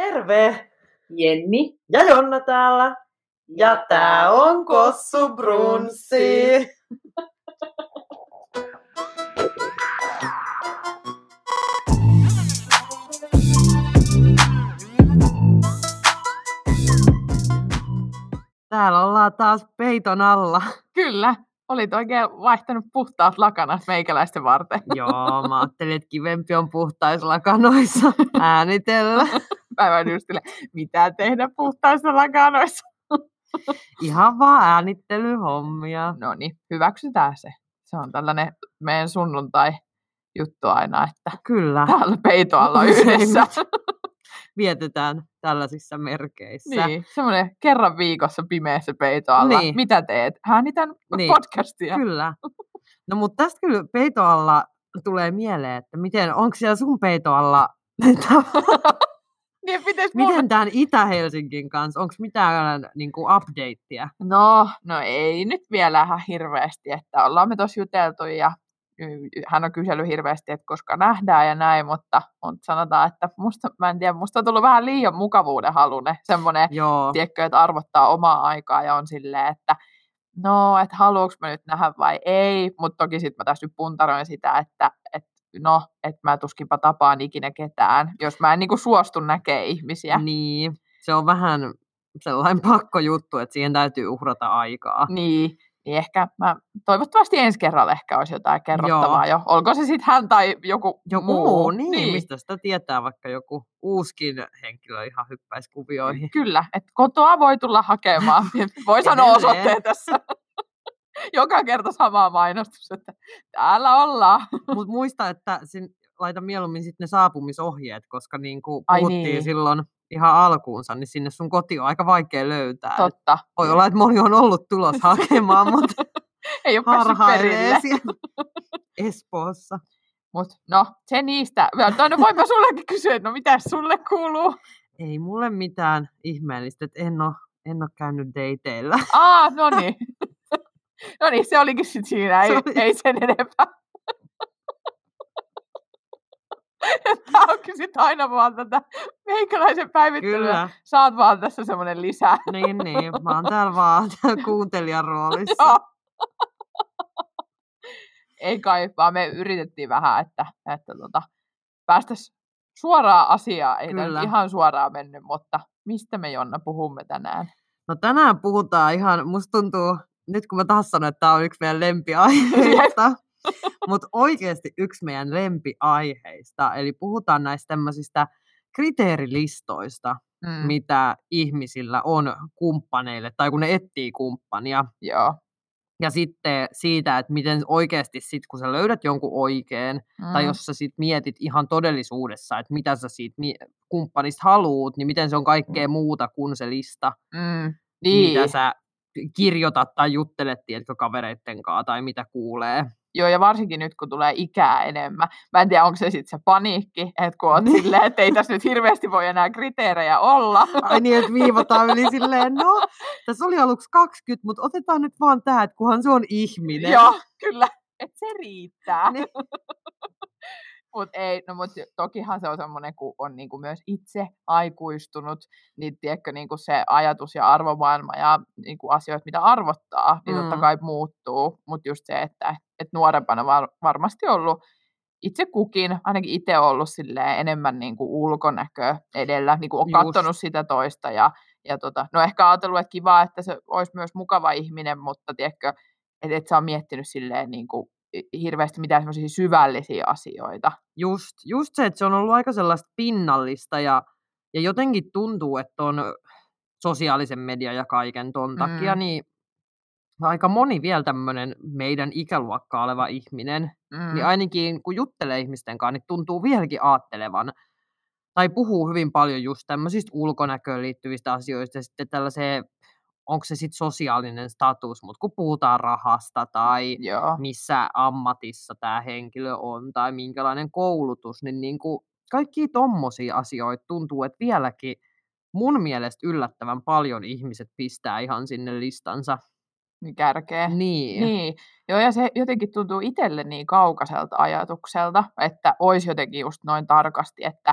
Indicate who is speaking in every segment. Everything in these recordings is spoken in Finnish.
Speaker 1: Terve!
Speaker 2: Jenni
Speaker 1: Ja Jonna täällä. Ja tää on Kossu Brunssi. Täällä ollaan taas peiton alla.
Speaker 2: Kyllä, olit oikein vaihtanut puhtaat lakanat meikäläisten varten.
Speaker 1: Joo, mä ajattelin, että kivempi on puhtaissa lakanoissa äänitellä.
Speaker 2: Päivän just mitä tehdä puhtaissa lakanoissa.
Speaker 1: Ihan vaan äänittelyhommia.
Speaker 2: No niin, hyväksytään se. Se on tällainen meidän sunnuntai-juttu aina, että
Speaker 1: Kyllä.
Speaker 2: täällä peitoalla yhdessä.
Speaker 1: Vietetään tällaisissa merkeissä.
Speaker 2: Niin, semmoinen kerran viikossa pimeässä peitoalla.
Speaker 1: Niin.
Speaker 2: Mitä teet? Äänitän podcastia.
Speaker 1: Kyllä. No mutta tästä kyllä peitoalla tulee mieleen, että onko siellä sun peitoalla,
Speaker 2: Niin,
Speaker 1: miten tämän Itä-Helsingin kanssa, onko mitään niinku updatea?
Speaker 2: No ei nyt vielä ihan hirveästi, että ollaan me tossa juteltu ja hän on kysellyt hirveästi, että koska nähdään ja näin, mutta sanotaan, että mä en tiedä, musta on tullut vähän liian mukavuuden halunen, semmoinen, tiedätkö, että arvottaa omaa aikaa ja on silleen, että no, että haluanko mä nyt nähdä vai ei, mutta toki sitten mä tässä nyt puntaroin sitä, että mä tuskinpa tapaan ikinä ketään, jos mä en niinku suostu näkee ihmisiä.
Speaker 1: Niin, se on vähän sellainen pakkojuttu, että siihen täytyy uhrata aikaa.
Speaker 2: Niin ehkä toivottavasti ensi kerralla ehkä olisi jotain kerrottavaa jo. Olko se sitten hän tai joku muu?
Speaker 1: Niin, mistä sitä tietää, vaikka joku uuskin henkilö ihan hyppäisi kuvioihin.
Speaker 2: Kyllä, että kotoa voi tulla hakemaan. Voi sanoa osoitteen tässä. Joka kerta sama mainostus, että täällä ollaan.
Speaker 1: Mutta muista, että laita mieluummin sitten ne saapumisohjeet, koska niin kuin puhuttiin silloin ihan alkuunsa, niin sinne sun koti on aika vaikea löytää.
Speaker 2: Totta.
Speaker 1: Voi olla, että moni on ollut tulos hakemaan, mutta
Speaker 2: ei ole päässyt perille.
Speaker 1: Espoossa.
Speaker 2: Mutta no, se niistä. No voinpa sullekin kysyä, että no mitäs sulle kuuluu?
Speaker 1: Ei mulle mitään ihmeellistä, että en ole käynyt dateilla.
Speaker 2: No niin. No niin, se olikin sitten siinä, ei sen enempää. Tämä onkin sitten aina vaan tätä meikäläisen päivittelyä. Kyllä. Sä oot vaan tässä semmoinen lisä.
Speaker 1: Niin, mä oon täällä vaan kuuntelijan roolissa.
Speaker 2: Joo. Ei kai, vaan me yritettiin vähän, että päästäisiin suoraan asiaan. Ei tämä ihan suoraan mennyt, mutta mistä me Jonna puhumme tänään?
Speaker 1: No tänään puhutaan ihan, musta tuntuu, nyt kun mä taas sanon, että tämä on yksi meidän lempiaiheista, mutta oikeasti yksi meidän lempiaiheista. Eli puhutaan näistä tämmöisistä kriteerilistoista, mitä ihmisillä on kumppaneille, tai kun ne etsii kumppania.
Speaker 2: Joo.
Speaker 1: Ja sitten siitä, että miten oikeasti sit, kun sä löydät jonkun oikein, tai jos sä sit mietit ihan todellisuudessa, että mitä sä siitä kumppanista haluut, niin miten se on kaikkea muuta kuin se lista, mitä sä kirjoitat tai juttelet, tiedätkö, kavereitten kanssa, tai mitä kuulee.
Speaker 2: Joo, ja varsinkin nyt, kun tulee ikää enemmän. Mä en tiedä, onko se sitten se paniikki, että kun oot silleen, että ei tässä nyt hirveästi voi enää kriteerejä olla.
Speaker 1: Ai niin, että viivataan yli silleen, no, tässä oli aluksi 20, mutta otetaan nyt vaan tää, että kunhan se on ihminen.
Speaker 2: Joo, kyllä, että se riittää. Niin. Mutta tokihan se on semmoinen, kun on niinku myös itse aikuistunut, niin tiedätkö, niinku se ajatus ja arvomaailma ja niinku asioita, mitä arvottaa, niin totta kai muuttuu. Mutta just se, että nuorempana varmasti ollut itse kukin, ainakin itse ollut enemmän niinku ulkonäkö edellä, niinku on katsonut sitä toista ja no ehkä ajatellut, että kiva, että se olisi myös mukava ihminen, mutta tiedätkö, että et sä on miettinyt silleen niinku hirveästi mitään semmoisia syvällisiä asioita.
Speaker 1: Just se, että se on ollut aika sellaista pinnallista ja jotenkin tuntuu, että on sosiaalisen median ja kaiken ton takia, niin aika moni vielä tämmöinen meidän ikäluokkaa oleva ihminen, niin ainakin kun juttelee ihmisten kanssa, niin tuntuu vieläkin aattelevan tai puhuu hyvin paljon just tämmöisistä ulkonäköön liittyvistä asioista ja sitten tällaiseen, onko se sitten sosiaalinen status, mutta kun puhutaan rahasta tai missä ammatissa tämä henkilö on tai minkälainen koulutus, niin niinku kaikkia tommosia asioita tuntuu, että vieläkin mun mielestä yllättävän paljon ihmiset pistää ihan sinne listansa.
Speaker 2: Kärkeen.
Speaker 1: Niin.
Speaker 2: Joo, ja se jotenkin tuntuu itselle niin kaukaiselta ajatukselta, että olisi jotenkin just noin tarkasti, että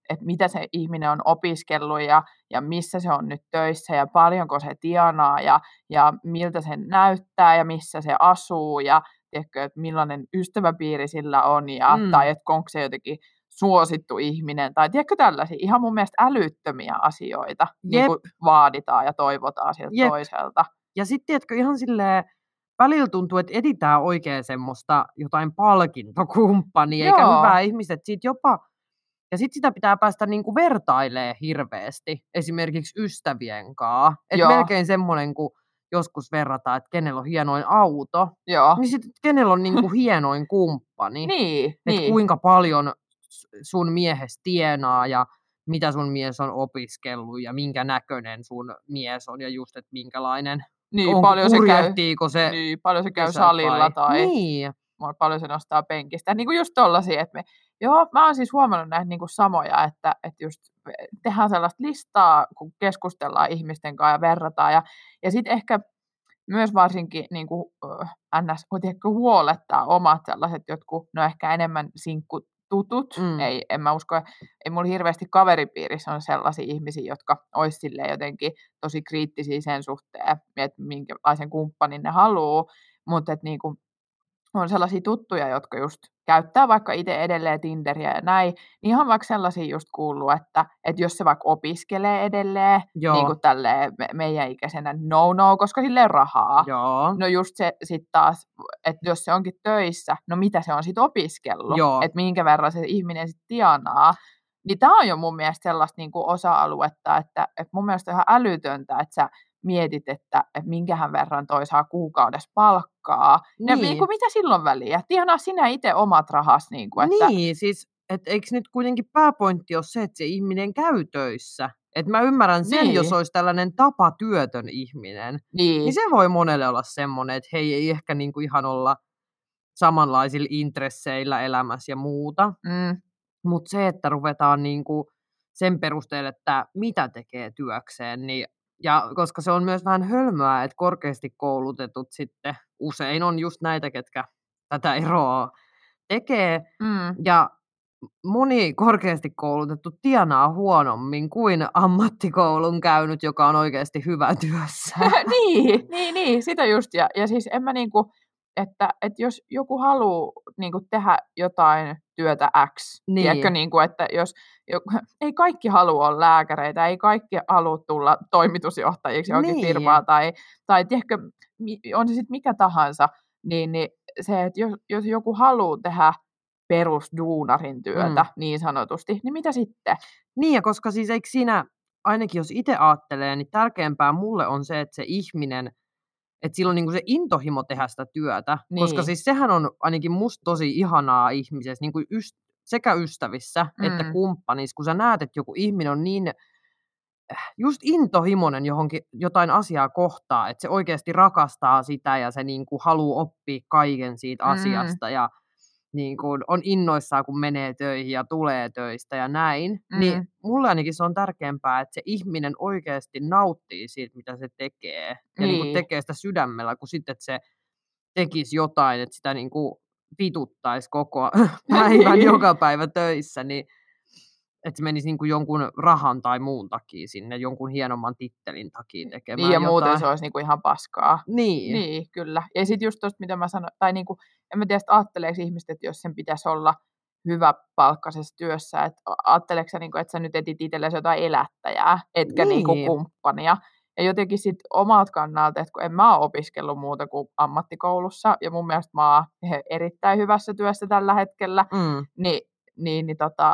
Speaker 2: mitä se ihminen on opiskellut ja missä se on nyt töissä ja paljonko se tienaa ja miltä se näyttää ja missä se asuu ja tiedätkö, että millainen ystäväpiiri sillä on tai että onko se jotenkin suosittu ihminen tai tiedätkö tällaisia ihan mun mielestä älyttömiä asioita niin kuin vaaditaan ja toivotaan siltä toiselta.
Speaker 1: Ja sitten tiedätkö ihan silleen, välillä tuntuu, että etsitään oikein semmoista jotain palkintokumppania, eikä hyvää ihmiset siitä jopa. Ja sitten sitä pitää päästä niinku vertailemaan hirveästi, esimerkiksi ystävien kanssa. Että melkein semmoinen, kun joskus verrataan, että kenellä on hienoin auto, niin sitten kenellä on niinku hienoin kumppani. Että kuinka paljon sun miehes tienaa ja mitä sun mies on opiskellut ja minkä näköinen sun mies on ja just, että minkälainen.
Speaker 2: Paljon se käy salilla tai paljon se nostaa penkistä. Niin kuin just tollaisia, että mä oon siis huomannut näitä niin kuin samoja, että just tehdään sellaista listaa, kun keskustellaan ihmisten kanssa ja verrataan. Ja sitten ehkä myös varsinkin niin kuin, huolettaa omat sellaiset jotkut, no ehkä enemmän sinkkututut. En mä usko, ei mulla hirveästi kaveripiirissä on sellaisia ihmisiä, jotka olisi silleen jotenkin tosi kriittisiä sen suhteen, että minkälaisen kumppanin ne haluaa, mutta että niin kuin on sellaisia tuttuja, jotka just käyttää vaikka itse edelleen Tinderiä ja näin, niin ihan vaikka sellaisia just kuuluu, että jos se vaikka opiskelee edelleen, niin kuin tälleen meidän ikäisenä no, koska silleen rahaa. No just se sitten taas, että jos se onkin töissä, no mitä se on sitten opiskellut, että minkä verran se ihminen sitten tienaa. Niin tämä on jo mun mielestä sellaista niin kuin osa-aluetta, että mun mielestä on ihan älytöntä, että sä mietit, että minkähän verran toi saa kuukaudessa palkkaa. Ja niin kuin, mitä silloin väliä? Tienaa sinä itse omat rahas. Niin, kuin, että
Speaker 1: siis että eikö nyt kuitenkin pääpointti ole se, että se ihminen käy töissä? Että mä ymmärrän sen, jos olisi tällainen tapatyötön ihminen. Niin se voi monelle olla semmoinen, että hei, ei ehkä niin kuin ihan olla samanlaisilla intresseillä elämässä ja muuta. Mutta se, että ruvetaan niin kuin sen perusteella, että mitä tekee työkseen, niin ja koska se on myös vähän hölmöä, että korkeasti koulutetut sitten usein on just näitä, ketkä tätä eroa tekee. Ja moni korkeasti koulutettu tienaa huonommin kuin ammattikoulun käynyt, joka on oikeasti hyvä työssä.
Speaker 2: niin, sitä just. Ja siis en mä niinku, että jos joku haluaa niinku tehdä jotain työtä X, tiedätkö, niinku, että jos ei kaikki halua olla lääkäreitä, ei kaikki halua tulla toimitusjohtajiksi johonkin firmaan, tai tiedätkö, on se sitten mikä tahansa, niin se, että jos joku haluaa tehdä perusduunarin työtä niin sanotusti, niin mitä sitten?
Speaker 1: Niin, ja koska siis eikö siinä, ainakin jos itse ajattelee, niin tärkeämpää mulle on se, että se ihminen, että sillä on niinku se intohimo tehdä sitä työtä, koska siis sehän on ainakin musta tosi ihanaa ihmisessä, niinku sekä ystävissä että kumppanissa, kun sä näet, että joku ihminen on niin just intohimoinen johonkin jotain asiaa kohtaa, että se oikeasti rakastaa sitä ja se niinku haluaa oppia kaiken siitä asiasta ja niinku on innoissaan, kun menee töihin ja tulee töistä ja näin, niin mulle ainakin se on tärkeämpää, että se ihminen oikeasti nauttii siitä, mitä se tekee. Ja niinku tekee sitä sydämellä, kun sitten, että se tekisi jotain, että sitä niinku vituttaisi koko päivän joka päivä töissä, niin että se menisi niinku jonkun rahan tai muun takia sinne, jonkun hienomman tittelin takia tekemään
Speaker 2: ja jotain. Muuten se olisi niinku ihan paskaa.
Speaker 1: Niin,
Speaker 2: kyllä. Ja sitten just tuosta, mitä mä sanoin, tai niinku, en mä tiedä, ajatteleeko ihmiset, että jos sen pitäisi olla hyvä palkkaisessa työssä, että ajatteleeko sä, niinku, että sä nyt etit itsellesi jotain elättäjää, etkä niinku kumppania. Ja jotenkin sitten omalta kannalta, että kun en mä ole opiskellut muuta kuin ammattikoulussa, ja mun mielestä mä oon erittäin hyvässä työssä tällä hetkellä, niin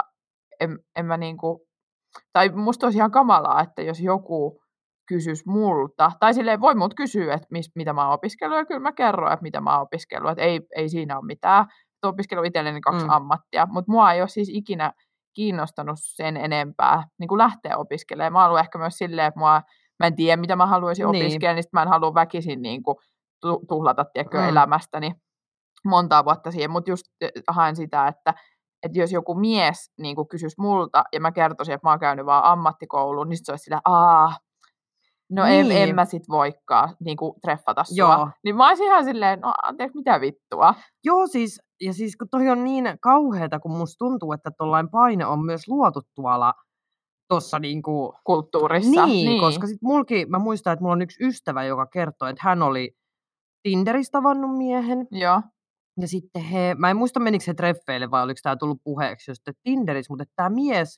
Speaker 2: en mä niinku, tai musta olisi ihan kamalaa, että jos joku kysyisi multa, tai silleen voi mut kysyä, että mitä mä oon opiskellut, ja kyllä mä kerron, että mitä mä oon opiskellut, että ei siinä ole mitään, että oon opiskellut itselleni 2 ammattia, mutta mua ei ole siis ikinä kiinnostanut sen enempää niin kuin lähteä opiskelemaan. Mä oon ollut ehkä myös silleen, että mä en tiedä, mitä mä haluaisin opiskella, niin sit mä en halua väkisin niin kuin tuhlata elämästäni montaa vuotta siihen, mutta just haen sitä, että jos joku mies niin kuin kysyisi multa ja mä kertoisin, että mä oon käynyt vaan ammattikouluun, niin sit se olisi silleen, no en mä sit voikaan niin kuin treffata sua. Niin mä olisin ihan silleen, no anteeksi, mitä vittua?
Speaker 1: Joo, siis, ja siis kun toi on niin kauheeta, kun musta tuntuu, että tollain paine on myös luotu tuolla tossa niinku...
Speaker 2: Kulttuurissa.
Speaker 1: Niin, koska sit mä muistan, että mulla on yksi ystävä, joka kertoi, että hän oli Tinderistä tavannut miehen.
Speaker 2: Joo.
Speaker 1: Ja sitten mä en muista menikö he treffeille vai oliko tää tullut puheeksi just Tinderissä, mutta tää mies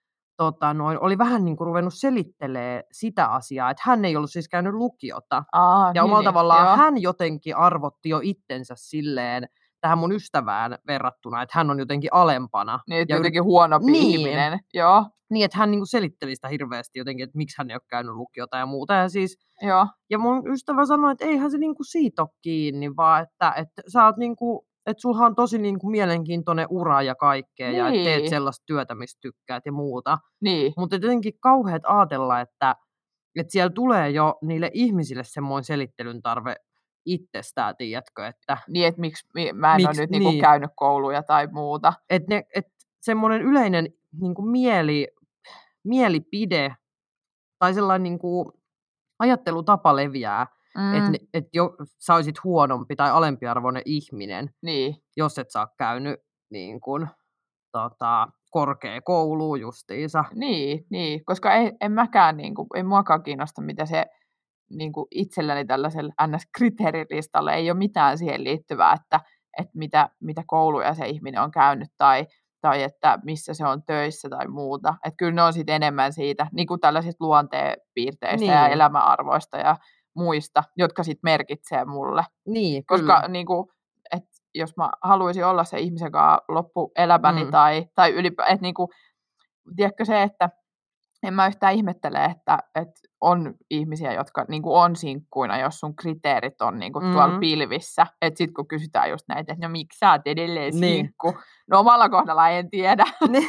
Speaker 1: oli vähän niin kuin ruvennut selittelee sitä asiaa, että hän ei ollut siis käynyt lukiota. Ja omalla tavallaan hän jotenkin arvotti jo itsensä silleen tähän mun ystävään verrattuna, että hän on jotenkin alempana.
Speaker 2: Niin, että jotenkin huonompi ihminen. Joo.
Speaker 1: Niin, että hän niin kuin selitteli sitä hirveästi jotenkin, että miksi hän ei ole käynyt lukiota ja muuta. Ja, siis, ja mun ystävä sanoi, että eihän se niin kuin siitä ole kiinni, vaan että sä oot niin kuin, että sulla on tosi niin kuin mielenkiintoinen ura ja kaikkea, ja että teet sellaista työtä, mistä tykkäät ja muuta.
Speaker 2: Niin.
Speaker 1: Mutta jotenkin kauheat ajatella, että siellä tulee jo niille ihmisille semmoinen selittelyn tarve itsestään, tiedätkö? Että
Speaker 2: niin, että miksi mä en ole nyt niin kuin käynyt kouluja tai muuta.
Speaker 1: Että semmoinen yleinen niin kuin mielipide tai sellainen niin kuin ajattelutapa leviää, että sä olisit huonompi tai alempiarvoinen ihminen, jos et sä ole käynyt niin kuin, korkeakouluun justiinsa.
Speaker 2: Niin, koska en mäkään, niin kuin, ei muakaan kiinnosta, mitä se niin kuin itselläni tällaisella NS-kriteerilistalle ei ole mitään siihen liittyvää, että mitä kouluja se ihminen on käynyt tai että missä se on töissä tai muuta. Että kyllä ne on sitten enemmän siitä niin kuin tällaisista luonteenpiirteistä ja elämäarvoista ja muista, jotka sitten merkitsee mulle.
Speaker 1: Niin,
Speaker 2: koska niin kuin, että jos mä haluaisin olla se ihmisen kanssa loppuelämäni tai ylipäätään, että niin kuin, tiedätkö se, että en mä yhtään ihmettele, että on ihmisiä, jotka niin kuin on sinkkuina, jos sun kriteerit on niin kuin tuolla pilvissä. Että sit kun kysytään just näitä, että no miksi sä oot edelleen sinkku? No omalla kohdalla en tiedä,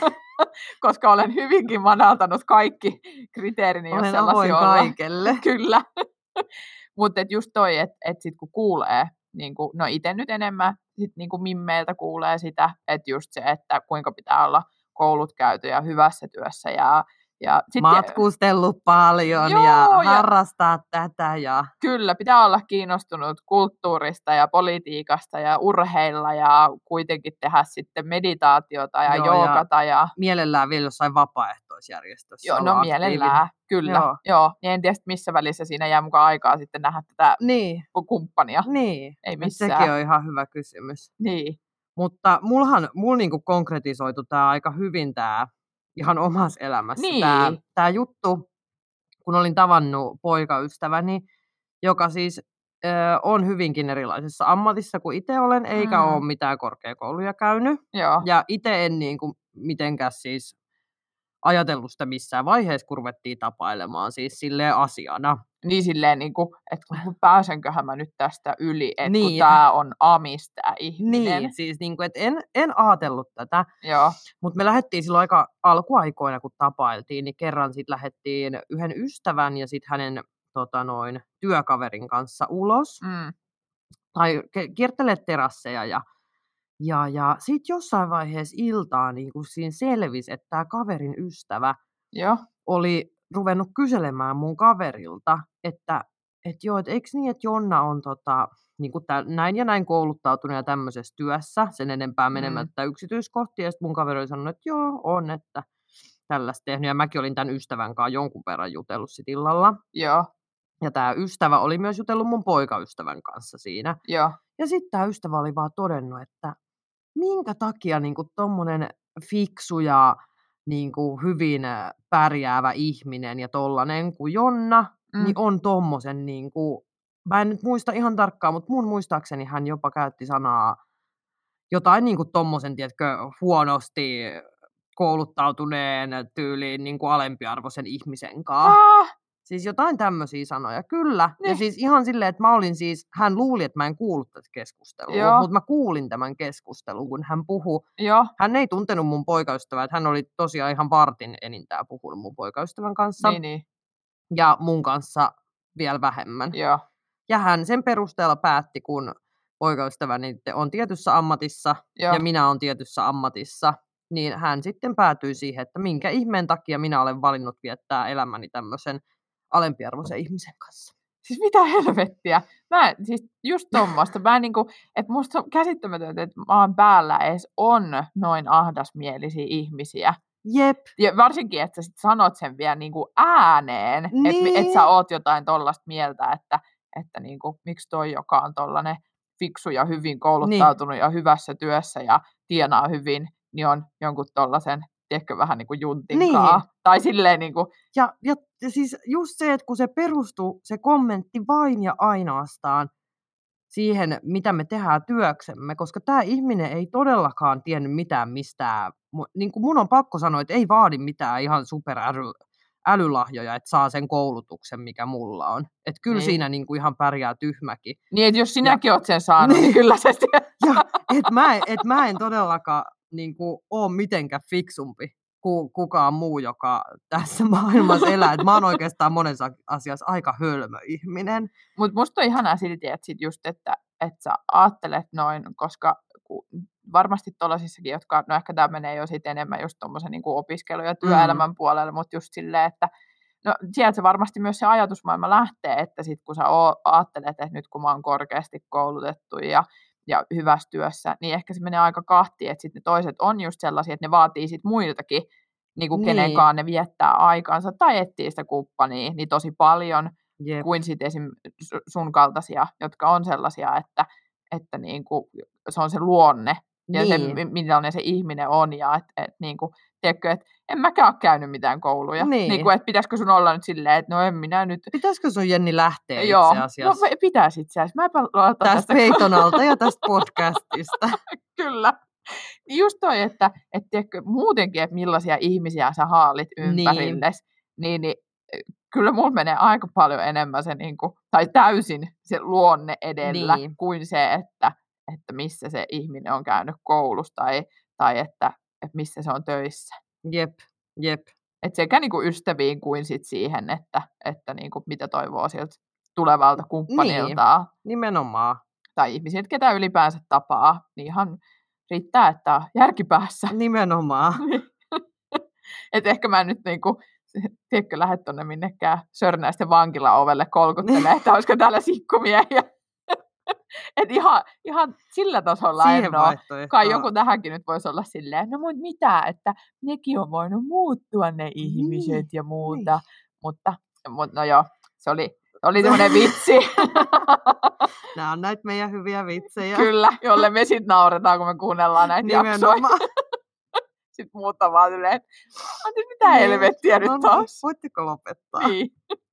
Speaker 2: koska olen hyvinkin madaltanut kaikki kriteerini, jos sellaisia olla.
Speaker 1: Kaikelle.
Speaker 2: Kyllä. Mutta just toi, että sit kun kuulee, niin kuin, no itse nyt enemmän sit niin kuin mimmeiltä kuulee sitä, että just se, että kuinka pitää olla koulut käyty ja hyvässä työssä ja
Speaker 1: matkustellut paljon ja harrastaa tätä.
Speaker 2: Kyllä, pitää olla kiinnostunut kulttuurista ja politiikasta ja urheilla ja kuitenkin tehdä sitten meditaatiota ja joogata. Ja
Speaker 1: mielellään vielä jossain vapaaehtoisjärjestössä.
Speaker 2: Joo, no mielellään, kyllä. Joo. Niin en tiedä, missä välissä siinä jää mukaan aikaa sitten nähdä tätä kumppania.
Speaker 1: Niin,
Speaker 2: ei missään.
Speaker 1: Sekin on ihan hyvä kysymys.
Speaker 2: Niin.
Speaker 1: Mutta mulla niinku konkretisoitu tämä aika hyvin tämä ihan omassa elämässä. Tämä juttu, kun olin tavannut poikaystäväni, joka siis on hyvinkin erilaisessa ammatissa kuin itse olen, eikä ole mitään korkeakouluja käynyt.
Speaker 2: Joo.
Speaker 1: Ja itse en niinku mitenkään siis ajatellut sitä missään vaiheessa, kun ruvettiin tapailemaan siis silleen asiana.
Speaker 2: Niin silleen, että pääsenköhän mä nyt tästä yli, että kun tää on amis tää ihminen.
Speaker 1: Niin, siis että en ajatellut tätä.
Speaker 2: Joo.
Speaker 1: Mutta me lähdettiin silloin aika alkuaikoina, kun tapailtiin, niin kerran sitten lähdettiin yhden ystävän ja sitten hänen työkaverin kanssa ulos. Tai kiertelee terasseja ja sitten jossain vaiheessa iltaa niin kun siinä selvisi, että tämä kaverin ystävä oli ruvennut kyselemään mun kaverilta, että eikö niin, että Jonna on niin kuin näin ja näin kouluttautunut ja tämmöisessä työssä, sen enempää menemättä yksityiskohtia, ja sitten mun kaveri oli sanonut, että joo, on, että tällaista tehnyt, ja mäkin olin tämän ystävän kanssa jonkun verran jutellut sit illalla.
Speaker 2: Joo.
Speaker 1: Ja tämä ystävä oli myös jutellut mun poikaystävän kanssa siinä.
Speaker 2: Joo.
Speaker 1: Ja sitten tämä ystävä oli vaan todennut, että minkä takia niinku tommonen fiksu ja niinku hyvin pärjäävä ihminen ja tollanen kuin Jonna, niin on tommosen niinku, mä en nyt muista ihan tarkkaan, mutta mun muistaakseni hän jopa käytti sanaa jotain niinku tommosen, tiedätkö, huonosti kouluttautuneen tyyliin niinku alempiarvoisen ihmisen kanssa. Siis jotain tämmöisiä sanoja, kyllä. Ne. Ja siis ihan silleen, että hän luuli, että mä en kuullut tätä keskustelua, mutta mä kuulin tämän keskustelun, kun hän puhui.
Speaker 2: Joo.
Speaker 1: Hän ei tuntenut mun poikaystävää, että hän oli tosiaan ihan vartin enintään puhunut mun poikaystävän kanssa.
Speaker 2: Niin.
Speaker 1: Ja mun kanssa vielä vähemmän.
Speaker 2: Joo.
Speaker 1: Ja hän sen perusteella päätti, kun poikaystäväni on tietyssä ammatissa ja minä olen tietyssä ammatissa, niin hän sitten päätyi siihen, että minkä ihmeen takia minä olen valinnut viettää elämäni tämmöisen alempiarvoisen ihmisen kanssa.
Speaker 2: Siis mitä helvettiä? Siis just tommoista. Että musta on käsittämätöntä, että maan päällä edes on noin ahdasmielisiä ihmisiä.
Speaker 1: Jep.
Speaker 2: Ja varsinkin, että sä sit sanot sen vielä niinku ääneen,
Speaker 1: Niin.
Speaker 2: että sä oot jotain tollasta mieltä, että niinku, miksi toi, joka on tollanen fiksu ja hyvin kouluttautunut ja hyvässä työssä ja tienaa hyvin, niin on jonkun tollasen, tiedätkö, vähän niinku juntinkaa.
Speaker 1: Niin.
Speaker 2: Tai silleen niinku...
Speaker 1: Ja siis just se, että kun se perustuu, se kommentti vain ja ainoastaan siihen, mitä me tehdään työksemme, koska tämä ihminen ei todellakaan tiennyt mitään mistään. Niin kuin mun on pakko sanoa, että ei vaadi mitään ihan superälylahjoja, että saa sen koulutuksen, mikä mulla on. Että kyllä siinä niin kuin ihan pärjää tyhmäkin.
Speaker 2: Niin, että jos sinäkin oot sen saanut, niin kyllä se...
Speaker 1: Ja, että mä en todellakaan niin kuin, ole mitenkään fiksumpi kuin kukaan muu, joka tässä maailmassa elää. Että mä oon oikeastaan monessa asiassa aika hölmö ihminen.
Speaker 2: Mutta musta on ihanaa silti, että sit just, että sä ajattelet noin, koska varmasti tollasissakin, jotka, no ehkä tämä menee jo sit enemmän just tommosen niin kuin opiskelu- ja työelämän puolelle, mutta just silleen, että no sieltä se varmasti myös se ajatusmaailma lähtee, että sit kun sä ajattelet, että nyt kun mä oon korkeasti koulutettu ja hyvässä työssä, niin ehkä se menee aika kahtiin, että sitten ne toiset on just sellaisia, että ne vaatii sit muiltakin, niin kuin kenenkaan ne viettää aikansa tai etsii sitä kumppania niin tosi paljon, kuin sitten esim. Sun kaltaisia, jotka on sellaisia, että niin kuin, se on se luonne ja se, millainen se ihminen on ja että niin kuin, tiedätkö, että en mäkään ole käynyt mitään kouluja. Niin kuin, että pitäisikö sun olla nyt silleen, että no en minä nyt...
Speaker 1: Pitäisikö sun Jenni lähteä itse asiassa?
Speaker 2: No pitäisi itse asiassa.
Speaker 1: Tästä peiton alta ja tästä podcastista.
Speaker 2: Kyllä. Niin just toi, että tiedätkö, muutenkin, että millaisia ihmisiä sä haalit ympärillesi, niin kyllä mulla menee aika paljon enemmän se, niin kuin, tai täysin se luonne edellä, kuin se, että missä se ihminen on käynyt koulussa tai että missä se on töissä.
Speaker 1: Jep.
Speaker 2: Et sekä niin kuin ystäviin kuin sit siihen, että niin kuin mitä toivoo siltä tulevalta kumppaniltaan.
Speaker 1: Nimenomaan.
Speaker 2: Tai ihmisiltä, ketä ylipäänsä tapaa, niin ihan riittää, että on järkipäässä.
Speaker 1: Nimenomaan.
Speaker 2: Et ehkä mä nyt niinku, tiedätkö, lähde tonne minnekään Sörnäisten vankilaovelle kolkuttelemaan, että olisiko täällä sikkumiehiä. Et ihan sillä tasolla en ole. Kai joku tähänkin nyt voisi olla silleen, no mut mitä, että nekin on voinut muuttua ne ihmiset ja muuta. Mutta no joo, se oli semmoinen vitsi.
Speaker 1: Nämä on näitä meidän hyviä vitsejä.
Speaker 2: Kyllä, jolle me sitten nauretaan, kun me kuunnellaan näitä jaksoja. Sitten muut on vaan silleen, mitä helvettiä nyt taas.
Speaker 1: Voitteko lopettaa?
Speaker 2: Niin.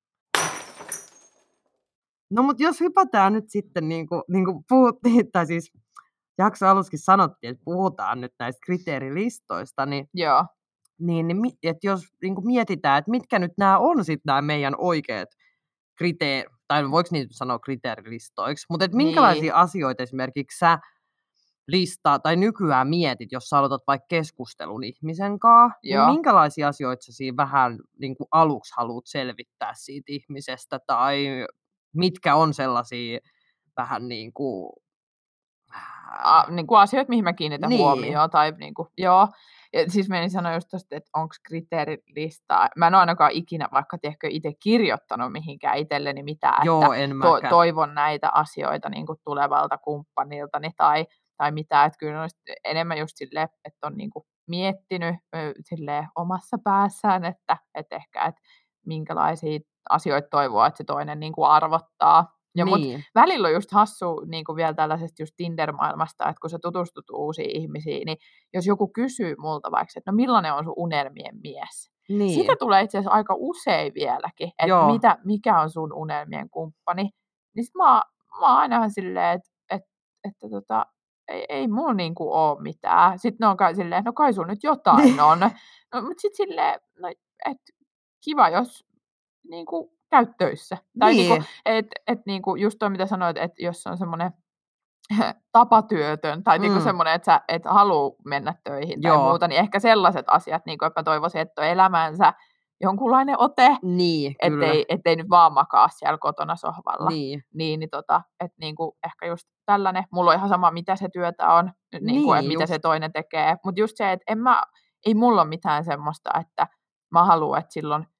Speaker 1: No mutta jos hypätään nyt sitten, niin kuin puhuttiin, tai siis jakso aluskin sanottiin, että puhutaan nyt näistä kriteerilistoista, niin,
Speaker 2: joo.
Speaker 1: niin että jos niin kuin mietitään, että mitkä nyt nämä on sitten nämä meidän oikeat kriteerit, tai voiko niitä sanoa kriteerilistoiksi, mutta että minkälaisia asioita esimerkiksi sä listaa tai nykyään mietit, jos sä aloitat vaikka keskustelun ihmisen kanssa, niin minkälaisia asioita sä siinä vähän niin kuin aluksi haluat selvittää siitä ihmisestä, tai mitkä on sellaisia vähän niin kuin
Speaker 2: asioita, mihin mä kiinnitän huomioon, tai niin kuin, joo. Ja siis menin sanoa just tosta, että onko kriteerilistaa. Mä en ole ainakaan ikinä vaikka itse kirjoittanut mihinkään itselleni mitään, että toivon näitä asioita niin kuin tulevalta kumppaniltani tai mitään. Että kyllä on enemmän just silleen, että on niin kuin miettinyt silleen omassa päässään, että ehkä, että minkälaisia asioita toivoa, että se toinen niin kuin arvottaa. Ja mut välillä on just hassu niin kuin vielä tällaisesta just Tinder-maailmasta, että kun sä tutustut uusiin ihmisiin, niin jos joku kysyy multa vaikka, että no millainen on sun unelmien mies? Niin. Sitä tulee itse asiassa aika usein vieläkin, että mikä on sun unelmien kumppani. Niin sit mä oon aina silleen, että ei mulla niinku oo mitään. Sitten ne on kai silleen, no kai sun nyt jotain on. No, mutta sitten silleen, no, että kiva jos niinku käyt töissä. Tai niinku, että niinku just toi mitä sanoit, että jos on semmoinen tapatyötön tai niinku semmoinen, että sä et halua mennä töihin tai muuta, niin ehkä sellaiset asiat, niinku, että mä toivoisin, että on elämänsä jonkunlainen ote, ettei nyt vaan makaa siellä kotona sohvalla. Niin, että niinku, ehkä just tällainen. Mulla on ihan sama, mitä se työtä on, niinku, että mitä se toinen tekee. Mutta just se, että ei mulla ole mitään semmoista, että mä haluan, että silloin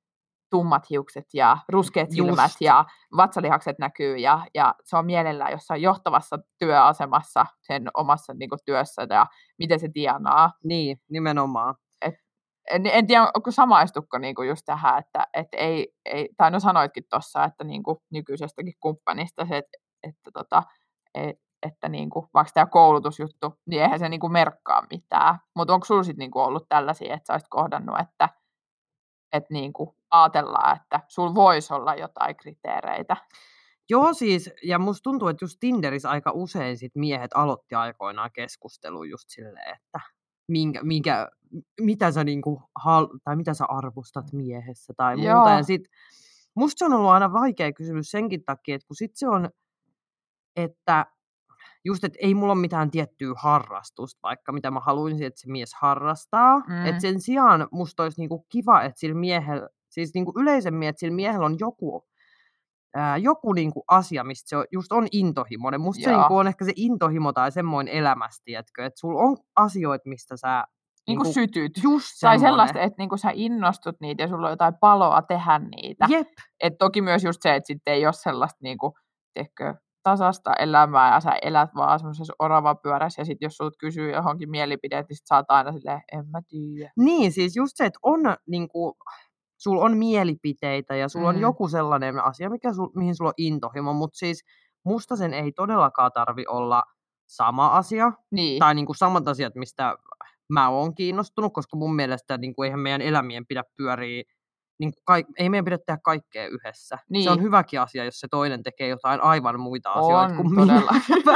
Speaker 2: tummat hiukset ja ruskeat silmät ja vatsalihakset näkyy ja se on mielellään jossain johtavassa työasemassa sen omassa niin kuin, työssä ja miten se tienaa.
Speaker 1: Niin, nimenomaan.
Speaker 2: En tiedä, onko samaistuko niinku just tähän, että ei, tai no sanoitkin tuossa, että niinku nykyisestäkin kumppanista se, että niinku, vaikka tämä koulutusjuttu, niin eihän se niinku merkkaa mitään. Mutta onko sulla sitten niinku ollut tällaisia, että sä olisit kohdannut, että niinku ajatellaan, että sulla voisi olla jotain kriteereitä?
Speaker 1: Joo siis, ja musta tuntuu, että just Tinderissä aika usein sit miehet aloitti aikoinaan keskustelua just silleen, että mitä sä niinku tai mitä sä arvostat miehessä tai muuta.
Speaker 2: Joo.
Speaker 1: Ja sit musta se on ollut aina vaikea kysymys senkin takia, että kun sit se on, että just, että ei mulla ole mitään tiettyä harrastusta, vaikka mitä mä haluaisin, että se mies harrastaa. Että sen sijaan musta olisi niinku kiva, että sillä miehellä, siis niinku yleisemmin, että sillä miehellä on joku niinku asia, mistä se just on intohimoinen. Musta se niinku on ehkä se intohimo tai semmoinen elämästä, tiedätkö? Että sulla on asioita, mistä sä
Speaker 2: niinku sytyt.
Speaker 1: Just
Speaker 2: tai sellaista, että niinku sä innostut niitä ja sulla on jotain paloa tehdä niitä.
Speaker 1: Jep.
Speaker 2: Et toki myös just se, että sitten ei ole sellaista niinku, tasasta elämää ja sä elät vaan semmoisessa oravapyörässä ja sitten jos sulta kysyy johonkin mielipiteet, niin sit sä oot aina silleen, en mä tiedä.
Speaker 1: Niin, siis just se, että on niinku, sulla on mielipiteitä ja sulla on joku sellainen asia, mihin sulla on intohimo, mutta siis musta sen ei todellakaan tarvi olla sama asia.
Speaker 2: Niin.
Speaker 1: Tai niinku samat asiat, mistä mä oon kiinnostunut, koska mun mielestä niinku, eihän meidän elämien pidä pyöriä, niinku, ei meidän pidä tehdä kaikkea yhdessä.
Speaker 2: Niin.
Speaker 1: Se on hyväkin asia, jos se toinen tekee jotain aivan muita asioita kuin
Speaker 2: todella.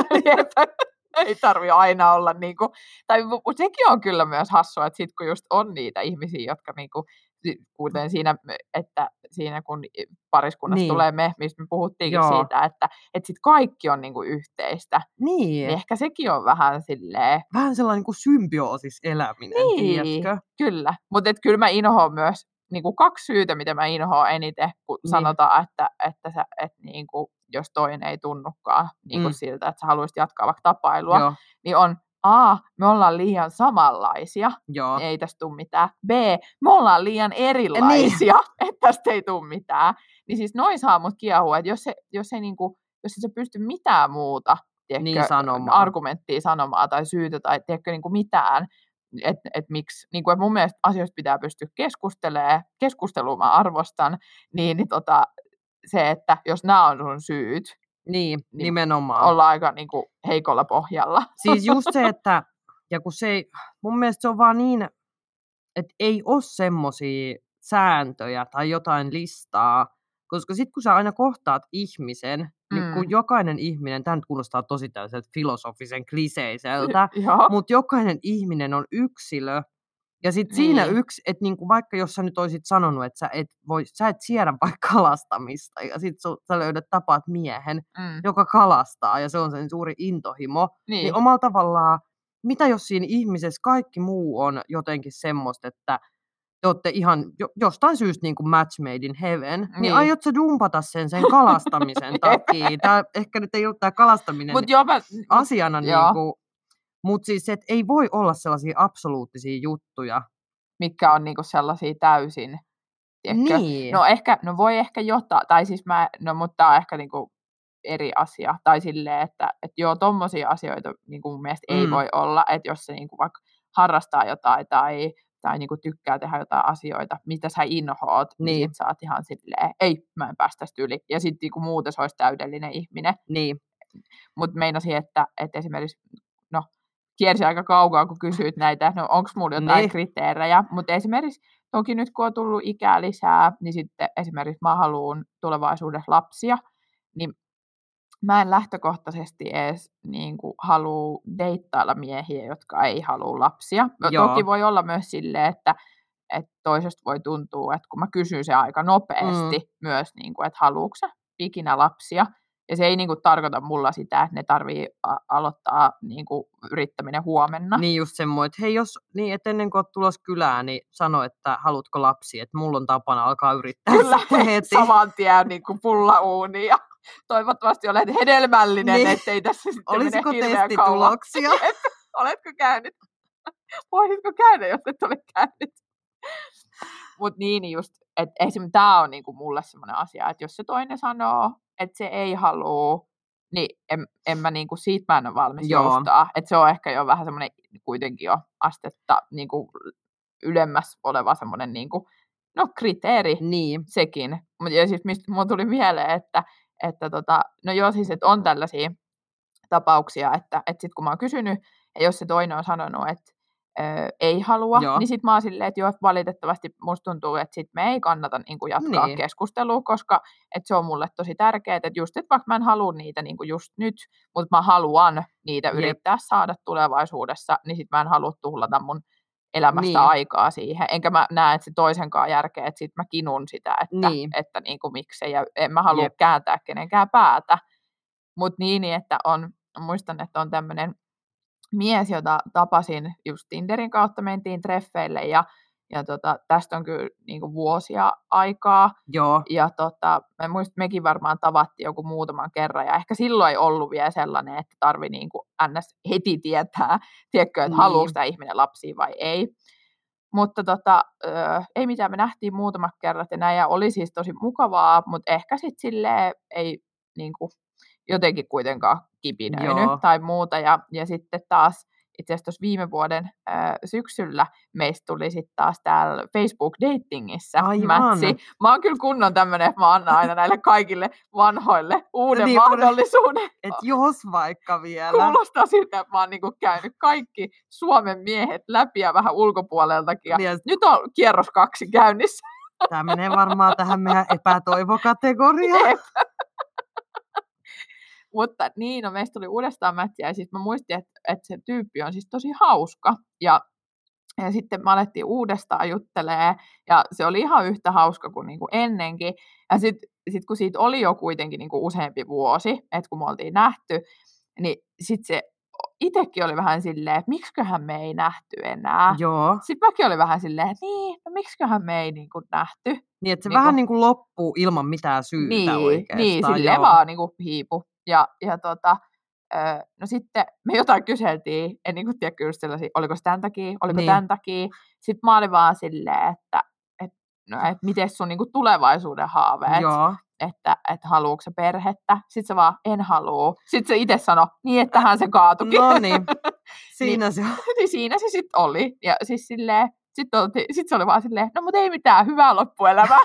Speaker 2: Ei tarvi aina olla niinku, tai sekin on kyllä myös hassua, että sit kun just on niitä ihmisiä, jotka niinku, kuten siinä kun pariskunnassa tulee mistä me puhuttiinkin siitä, että sit kaikki on niinku yhteistä.
Speaker 1: Niin.
Speaker 2: Ehkä sekin on vähän silleen.
Speaker 1: Vähän sellainen niinku symbioosis eläminen, tiedätkö?
Speaker 2: Kyllä. Mutta kyllä mä inhoan myös niinku 2 syytä, mitä mä inhoan eniten, kun sanotaan, että niinku, jos toinen ei tunnukaan niinku siltä, että sä haluaisit jatkaa vaikka tapailua, niin on A, me ollaan liian samanlaisia, ei tästä tule mitään. B, me ollaan liian erilaisia, että tästä ei tule mitään. Niin siis noin saa mut kiehua, että jos et sä pysty mitään muuta argumenttia sanomaan tai syytä tai niinku mitään, että miksi, niinku, et mun mielestä asioista pitää pystyä keskustelemaan, keskustelua mä arvostan, niin se, että jos nämä on sun syyt,
Speaker 1: niin nimenomaan.
Speaker 2: Ollaan aika niinku heikolla pohjalla.
Speaker 1: Siis just se, että ja kun se ei, mun mielestä se on vaan niin, että ei ole semmosia sääntöjä tai jotain listaa, koska sit kun sä aina kohtaat ihmisen, niin kun jokainen ihminen, tämä nyt kuulostaa tosi tällaiselta filosofisen kliseiseltä, mutta jokainen ihminen on yksilö. Ja sitten siinä että niinku vaikka jos sä nyt olisit sanonut, että sä et siedä vaikka kalastamista, ja sit sä löydät tapaat miehen, joka kalastaa, ja se on sen suuri intohimo, niin omalla tavallaan, mitä jos siinä ihmisessä kaikki muu on jotenkin semmoista, että te olette ihan jostain syystä niin kuin match made in heaven, niin aiot sä dumpata sen kalastamisen takia? Tää ehkä nyt ei ole tämä kalastaminen asiana, mutta siis että ei voi olla sellaisia absoluuttisia juttuja.
Speaker 2: Mitkä on niinku sellaisia täysin, tiedätkö?
Speaker 1: Niin.
Speaker 2: No voi ehkä jotain, tai siis mutta tää on ehkä niinku eri asia, tai silleen, että tommosia asioita niinku mun mielestä ei voi olla, että jos se niinku vaikka harrastaa jotain tai niinku tykkää tehdä jotain asioita, mitä sä inhoat, niin sit sä oot ihan silleen, ei, mä en päästä tästä yli. Ja sit niinku muuten se olisi täydellinen ihminen.
Speaker 1: Niin.
Speaker 2: Mutta meinasin, että esimerkiksi, kiersi aika kaukaa, kun kysyit näitä, onko mulla jotain kriteerejä. Mutta esimerkiksi, toki nyt kun on tullut ikää lisää, niin sitten esimerkiksi mä haluan tulevaisuudessa lapsia, niin mä en lähtökohtaisesti edes niin kuin halua deittailla miehiä, jotka ei halua lapsia. Toki voi olla myös silleen, että toisesta voi tuntua, että kun mä kysyn se aika nopeasti myös, niin kuin, että haluatko sä ikinä lapsia. Ja se ei niin kuin tarkoita mulla sitä, että ne tarvii aloittaa niin kuin yrittäminen huomenna.
Speaker 1: Niin just semmoinen, että hei että ennen kuin olet tulossa kylään, niin sano, että haluatko lapsia, että mulla on tapana alkaa yrittää.
Speaker 2: Kyllä, saman tien niin kuin pullauuni ja toivottavasti olet hedelmällinen, ettei tässä sitten
Speaker 1: olisiko
Speaker 2: mene hirveän
Speaker 1: testituloksia?
Speaker 2: Oletko käynyt? Voisitko käydä, jos et ole käynyt? Mutta niin just, esimerkiksi tämä on niinku mulle semmoinen asia, että jos se toinen sanoo, että se ei halua, niin en mä niinku, siitä mä en ole valmis joustaa. Että se on ehkä jo vähän semmoinen kuitenkin jo astetta niinku ylemmäs oleva semmoinen niinku, kriteeri sekin. Ja siis mistä mulla tuli mieleen, että no joo siis, että on tällaisia tapauksia, että sit kun mä oon kysynyt, ja jos se toinen on sanonut, että ei halua, niin sit mä oon silleen, että joo, valitettavasti musta tuntuu, että sit me ei kannata niinku jatkaa keskustelua, koska että se on mulle tosi tärkeää, että just, että vaikka mä en halua niitä niinku just nyt, mutta mä haluan niitä yrittää saada tulevaisuudessa, niin sit mä en halua tuhlata mun elämästä aikaa siihen. Enkä mä näe, että se toisenkaan järkeä, että sit mä kinun sitä, että niinku miksei, ja en mä halua kääntää kenenkään päätä. Mutta että muistan, että on tämmöinen mies, jota tapasin just Tinderin kautta, mentiin treffeille, ja tästä on kyllä niinku vuosia aikaa.
Speaker 1: Joo.
Speaker 2: Ja mä muistan, mekin varmaan tavattiin joku muutaman kerran, ja ehkä silloin ei ollut vielä sellainen, että tarvii niinku ns. Heti tietää, tiedätkö, että haluaa sitä ihminen lapsia vai ei. Mutta ei mitään, me nähtiin muutamat kerrat ja näin, ja oli siis tosi mukavaa, mutta ehkä sitten silleen ei niinku jotenkin kuitenkaan kipinöinyt tai muuta. Ja sitten taas itse asiassa viime vuoden syksyllä meistä tuli sitten taas täällä Facebook-datingissa mätsi. Mä oon kyllä kunnon tämmönen, että mä annan aina näille kaikille vanhoille uuden mahdollisuuden.
Speaker 1: Että jos vaikka vielä.
Speaker 2: Kuulostaa siltä, että mä oon niinku käynyt kaikki Suomen miehet läpi ja vähän ulkopuoleltakin. Ja nyt on kierros 2 käynnissä.
Speaker 1: Tämä menee varmaan tähän meidän epätoivokategoriaan.
Speaker 2: Mutta no meistä tuli uudestaan mätsiä, ja sitten mä muistin, että se tyyppi on siis tosi hauska, ja sitten me alettiin uudestaan juttelee, ja se oli ihan yhtä hauska kuin niinku ennenkin, ja sitten kun siitä oli jo kuitenkin niinku useampi vuosi, että kun me oltiin nähty, niin sitten se itsekin oli vähän silleen, että miksiköhän me ei nähty enää.
Speaker 1: Joo.
Speaker 2: Sitten mäkin oli vähän silleen, että miksiköhän me ei niinku nähty.
Speaker 1: Niin, että se vähän niinku loppuu ilman mitään syytä oikeastaan.
Speaker 2: Niin, silleen vaan niinku hiipu. Ja no sitten me jotain kyseltiin, en niin kuin tiedä kyllä sellaisia, oliko se tämän takia, oliko tämän takia. Sitten mä olin vaan silleen, että miten sun niin kuin tulevaisuuden haaveet, että haluuko se perhettä. Sitten se vaan, en halua. Sitten se itse sanoi, niin ettehän se kaatukin.
Speaker 1: No niin, siinä se on.
Speaker 2: Niin siinä se sitten oli. Ja siis silleen, sitten se oli vaan silleen, no mutta ei mitään, hyvää loppuelämää.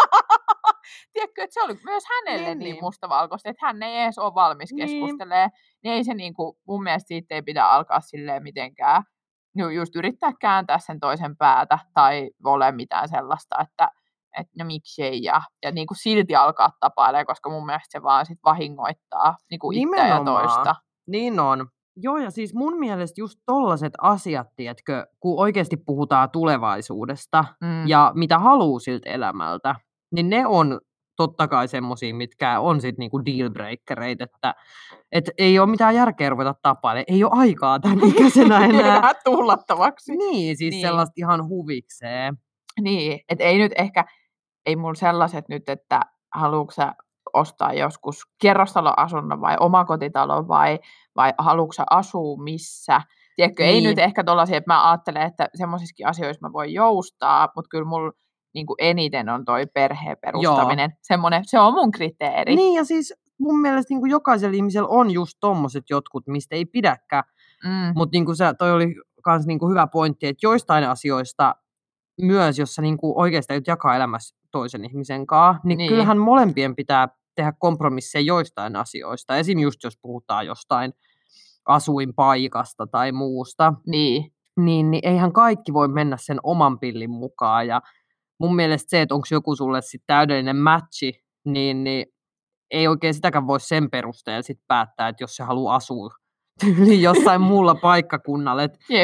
Speaker 2: Tiedätkö, että se oli myös hänelle niin mustavalkoista, että hän ei edes ole valmis keskustelemaan. Niin ei se niinku, mun mielestä siitä ei pidä alkaa silleen mitenkään just yrittää kääntää sen toisen päätä tai ole mitään sellaista, että no miksei ja niinku silti alkaa tapailemaan, koska mun mielestä se vaan sit vahingoittaa niinku itseä ja toista.
Speaker 1: Niin on. Joo, ja siis mun mielestä just tollaset asiat, tiedätkö, kun oikeasti puhutaan tulevaisuudesta ja mitä haluaa siltä elämältä, niin ne on totta kai semmosia, mitkä on sit niinku dealbreakereita, että ei ole mitään järkeä ruveta tapailemaan, ei ole aikaa tämän ikäisenä enää.
Speaker 2: Tuhlattavaksi.
Speaker 1: Niin, siis sellaista ihan huvikseen.
Speaker 2: Niin, että ei nyt ehkä, ei mulla sellaiset nyt, että haluatko sä ostaa joskus kerrostaloasunnon vai omakotitalon vai haluatko sä asua missä. Tiedätkö, ei nyt ehkä tollaisia, että mä ajattelen, että semmoisissakin asioissa mä voin joustaa, mutta kyllä mulla niinku eniten on toi perheen perustaminen. Semmoinen, se on mun kriteeri.
Speaker 1: Niin, ja siis mun mielestä niinku jokaisella ihmisellä on just tommoset jotkut, mistä ei pidäkään. Mutta niinku toi oli kans niinku hyvä pointti, että joistain asioista myös, jos sä niinku oikeasti aiot jakaa elämässä toisen ihmisen kanssa, niin kyllähän molempien pitää tehdä kompromisseja joistain asioista. Esim. Just jos puhutaan jostain asuinpaikasta tai muusta, niin eihän kaikki voi mennä sen oman pillin mukaan. Ja mun mielestä se, että onko joku sulle sit täydellinen matchi, niin ei oikein sitäkään voi sen perusteella sit päättää, että jos se haluaa asua tyyliin jossain muulla paikkakunnalla.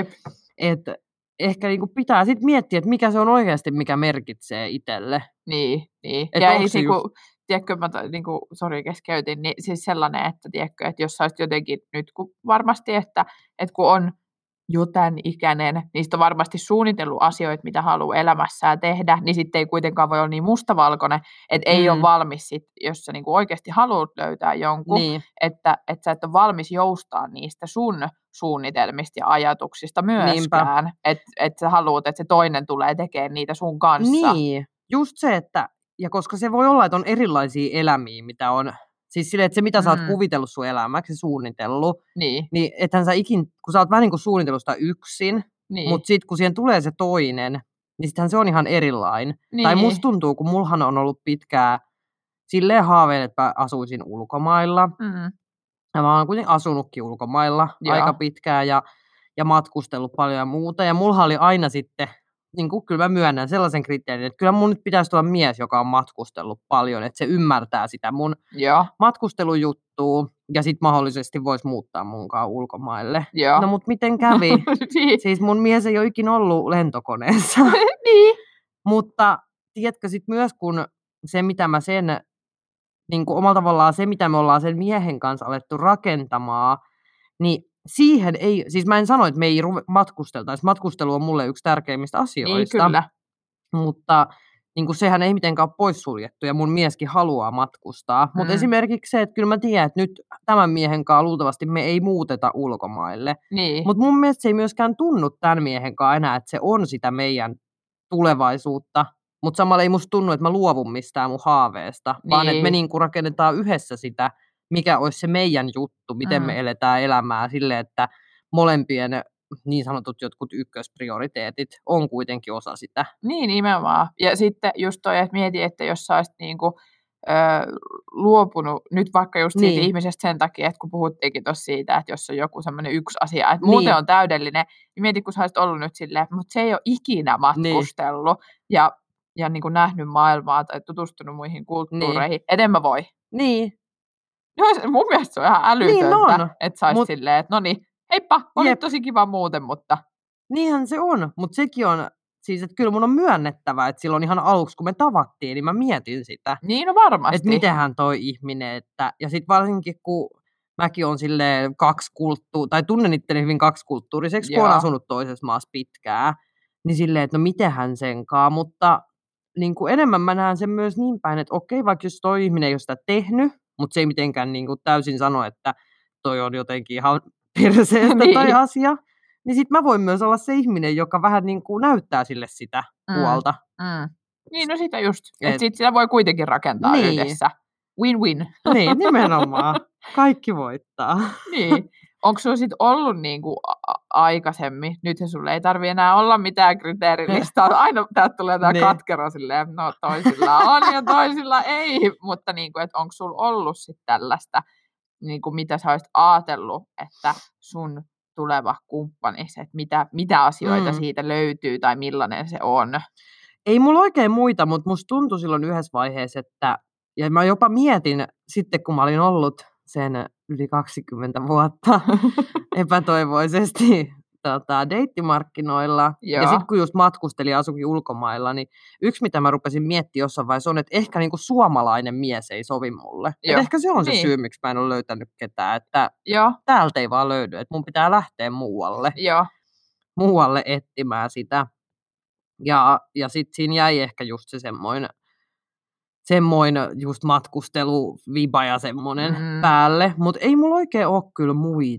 Speaker 1: Et ehkä niinku pitää sit miettiä, että mikä se on oikeasti, mikä merkitsee itselle.
Speaker 2: Niin. Ja ei niinku, tiedätkö, mä sori keskeytin, niin siis sellainen, että tiedätkö, että jos sä olisit jotenkin nyt kun varmasti, että kun on jo tämän ikäinen, niistä on varmasti suunnitellut asioita, mitä haluaa elämässään tehdä, niin sitten ei kuitenkaan voi olla niin mustavalkoinen, että ei ole valmis, sit, jos sä niinku oikeasti haluat löytää jonkun, että sä et ole valmis joustaa niistä sun suunnitelmista ja ajatuksista myöskään, että sä haluat, että se toinen tulee tekemään niitä sun kanssa.
Speaker 1: Niin, just se, että, ja koska se voi olla, että on erilaisia elämiä, mitä on, siis silleen, että se mitä sä oot kuvitellut sun elämäksi ja suunnitellut, niin ethän sä kun sä oot vähän niin kuin suunnitellut sitä yksin, mutta sitten kun siihen tulee se toinen, niin sittenhän se on ihan erilainen. Tai musta tuntuu, kun mullahan on ollut pitkää silleen haaveen, että mä asuisin ulkomailla. Ja mä oon kuitenkin asunutkin ulkomailla aika pitkään ja matkustellut paljon ja muuta. Ja mulla oli aina sitten, niin kuin kyllä mä myönnän sellaisen kriteerin, että kyllä mun nyt pitäisi olla mies, joka on matkustellut paljon, että se ymmärtää sitä mun matkustelujuttua ja sitten mahdollisesti voisi muuttaa munkaan ulkomaille. No mut miten kävi? Siis mun mies ei ole ikinä ollut lentokoneessa. Mutta tiedätkö sit myös, kun se mitä mä sen, niin kuin omalla tavallaan se mitä me ollaan sen miehen kanssa alettu rakentamaan, niin siihen ei, siis mä en sano, että me ei matkusteltaisi. Matkustelu on mulle yksi tärkeimmistä asioista.
Speaker 2: Niin, kyllä.
Speaker 1: Mutta niin kuin sehän ei mitenkään ole poissuljettu ja mun mieskin haluaa matkustaa. Mutta esimerkiksi se, että kyllä mä tiedän, että nyt tämän miehen kanssa luultavasti me ei muuteta ulkomaille. Mutta mun mielestä se ei myöskään tunnu tämän miehen kanssa enää, että se on sitä meidän tulevaisuutta. Mutta samalla ei musta tunnu, että mä luovun mistään mun haaveesta, vaan että me niinku rakennetaan yhdessä sitä, mikä olisi se meidän juttu, miten me eletään elämää silleen, että molempien niin sanotut jotkut ykkösprioriteetit on kuitenkin osa sitä.
Speaker 2: Niin, nimenomaan. Ja sitten just toi, että mieti, että jos sä olisit niinku, luopunut nyt vaikka just siitä ihmisestä sen takia, että kun puhuttiinkin tuossa siitä, että jos on joku semmoinen yksi asia, että muuten on täydellinen, niin mieti, kun sä olisit ollut nyt silleen, mutta se ei ole ikinä matkustellut ja niin kuin nähnyt maailmaa tai tutustunut muihin kulttuureihin, eten mä voi. Mun mielestä se on ihan älytöntä, että sä olisit silleen, että no niin, heippa, oli tosi kiva muuten, mutta...
Speaker 1: Niinhän se on, mutta sekin on, siis että kyllä mun on myönnettävä, että silloin ihan aluksi, kun me tavattiin, niin mä mietin sitä.
Speaker 2: Niin, no varmasti.
Speaker 1: Että mitenhän toi ihminen, ja sitten varsinkin kun mäkin on silleen tai tunnen itteni hyvin kaksikulttuuriseksi, kun on asunut toisessa maassa pitkään, niin silleen, että no mitenhän senkaan, mutta niin kuin enemmän mä näen sen myös niin päin, että okei, vaikka jos toi ihminen ei ole sitä tehnyt, mutta se ei mitenkään niin kuin täysin sano, että toi on jotenkin ihan perseestä tai asia, niin sit mä voin myös olla se ihminen, joka vähän niin kuin näyttää sille sitä puolta.
Speaker 2: Niin, no sitä just. Että sit sitä voi kuitenkin rakentaa yhdessä. Win-win.
Speaker 1: Niin, nimenomaan. Kaikki voittaa.
Speaker 2: Niin. Onko sulla sit ollut niinku aikaisemmin? Nythän sulle ei tarvitse enää olla mitään kriteerilistaa. Aina täältä tulee tämä katkero silleen, no toisilla on ja toisilla ei. Mutta niinku, onko sulla ollut sit tällaista, niinku, mitä sä olisit ajatellut, että sun tuleva kumppanisi, että mitä asioita siitä löytyy tai millainen se on?
Speaker 1: Ei mulla oikein muita, mutta musta tuntui silloin yhdessä vaiheessa, että, ja mä jopa mietin sitten, kun mä olin ollut sen yli 20 vuotta epätoivoisesti deittimarkkinoilla. Ja sitten kun just matkustelin ja asukin ulkomailla, niin yksi mitä mä rupesin miettimään jossain vaiheessa on, että ehkä niinku suomalainen mies ei sovi mulle. Et ehkä se on se syy, miksi mä en ole löytänyt ketään, että täältä ei vaan löydy, että mun pitää lähteä muualle etsimään sitä. Ja sitten siinä jäi ehkä just se semmoinen just matkustelu-viba ja semmoinen päälle. Mutta ei mulla oikein ole kyllä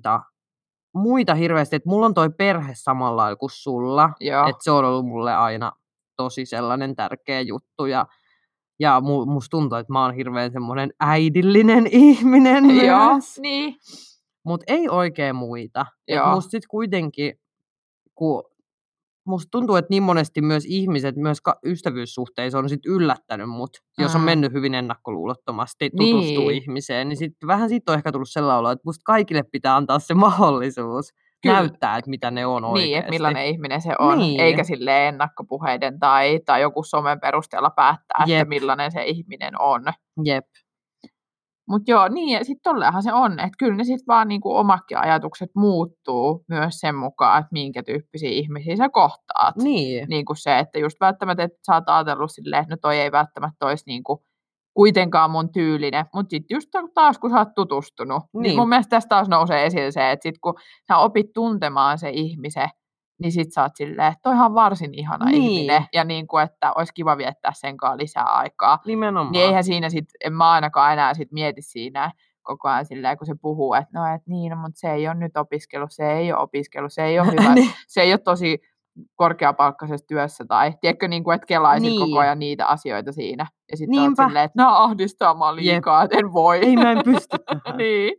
Speaker 1: muita hirveästi. Että mulla on toi perhe samalla lailla kuin sulla. Että se on ollut mulle aina tosi sellainen tärkeä juttu. Ja musta tuntuu, että mä oon hirveän semmoinen äidillinen ihminen myös.
Speaker 2: Niin.
Speaker 1: Mutta ei oikein muita. Musta sit kuitenkin, kun musta tuntuu, että niin monesti myös ihmiset, myös ystävyyssuhteissa on sit yllättänyt mut, jos on mennyt hyvin ennakkoluulottomasti tutustua ihmiseen, niin sitten vähän siitä on ehkä tullut sellainen olo, että musta kaikille pitää antaa se mahdollisuus näyttää, että mitä ne on oikeasti.
Speaker 2: Niin, että millainen ihminen se on, eikä silleen ennakkopuheiden tai joku somen perusteella päättää, että millainen se ihminen on.
Speaker 1: Jep.
Speaker 2: Mutta joo, niin ja sitten tollehan se on, että kyllä ne sitten vaan niinku omatkin ajatukset muuttuu myös sen mukaan, että minkä tyyppisiä ihmisiä sä kohtaat. Niin kuin se, että just välttämättä, että sä oot ajatellut silleen, että no toi ei välttämättä olisi niinku kuitenkaan mun tyylinen, mutta sitten just taas kun sä oot tutustunut, niin mun mielestä tästä taas nousee esille se, että sitten kun sä opit tuntemaan se ihmisen, niin sit sä oot silleen, että toihan varsin ihana ihminen, ja niin kuin, että olisi kiva viettää sen kanssa lisää aikaa.
Speaker 1: Nimenomaan.
Speaker 2: Niin eihän siinä sit, en mä ainakaan enää sit mieti siinä koko ajan silleen, kun se puhuu, että no, et niin, no, mutta se ei ole nyt opiskellut, se ei ole hyvä, se ei ole tosi korkeapalkkaisessa työssä tai tiedätkö, niin kuin, että kelaisit
Speaker 1: Niin.
Speaker 2: koko ajan niitä asioita siinä. Ja sitten oot
Speaker 1: Niinpä.
Speaker 2: silleen, että nämä ahdistaa mua liikaa, että en voi.
Speaker 1: Ei mä en pysty tähän.
Speaker 2: Niin.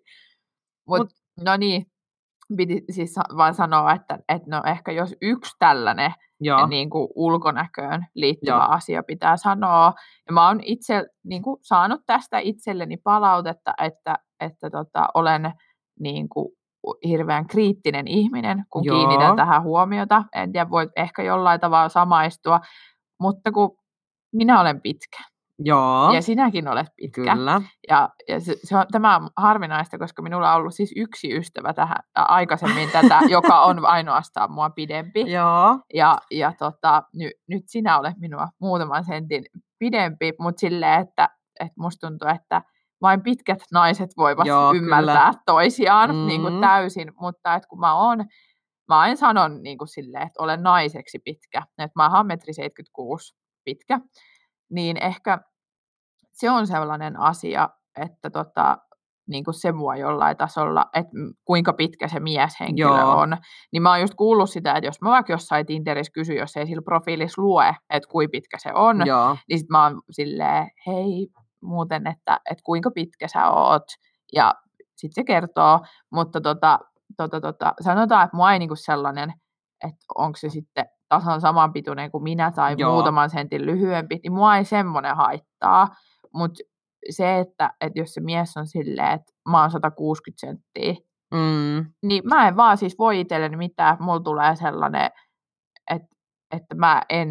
Speaker 2: No niin, piti siis vaan sanoa, että no ehkä jos yksi tällainen niin kuin ulkonäköön liittyvä asia pitää sanoa. Ja mä oon itse niin kuin saanut tästä itselleni palautetta, että olen niin kuin hirveän kriittinen ihminen, kun kiinnitän tähän huomiota. En tiedä, voi ehkä jollain tavalla samaistua, mutta kun minä olen pitkä.
Speaker 1: Joo.
Speaker 2: Ja sinäkin olet pitkä.
Speaker 1: Kyllä.
Speaker 2: Ja tämä on harvinaista, koska minulla on ollut siis yksi ystävä tähän aikaisemmin tätä, joka on ainoastaan mua pidempi.
Speaker 1: Joo.
Speaker 2: Ja nyt sinä olet minua muutaman sentin pidempi, mutta silleen, että musta tuntuu, että vain pitkät naiset voivat ymmärtää toisiaan niin kuin täysin. Mutta että kun mä en sanon niin kuin silleen, että olen naiseksi pitkä. Että mä oon 1,76 m pitkä. Niin ehkä se on sellainen asia, että niin kuin se mua jollain tasolla, että kuinka pitkä se mieshenkilö on. Niin mä oon just kuullut sitä, että jos mä vaikka jossain Tinderissä kysyn, jos ei sillä profiilissa lue, että kuinka pitkä se on, niin sit mä oon silleen, hei muuten, että kuinka pitkä sä oot. Ja sit se kertoo, mutta sanotaan, että mua ei niinku sellainen, että onko se sitten tasan saman pituinen kuin minä tai muutaman sentin lyhyempi, niin mua ei semmoinen haittaa. Mutta se, että jos se mies on silleen, että mä oon 160 senttiä, niin mä en vaan siis voi itselleni mitään. Mulla tulee sellainen, että mä en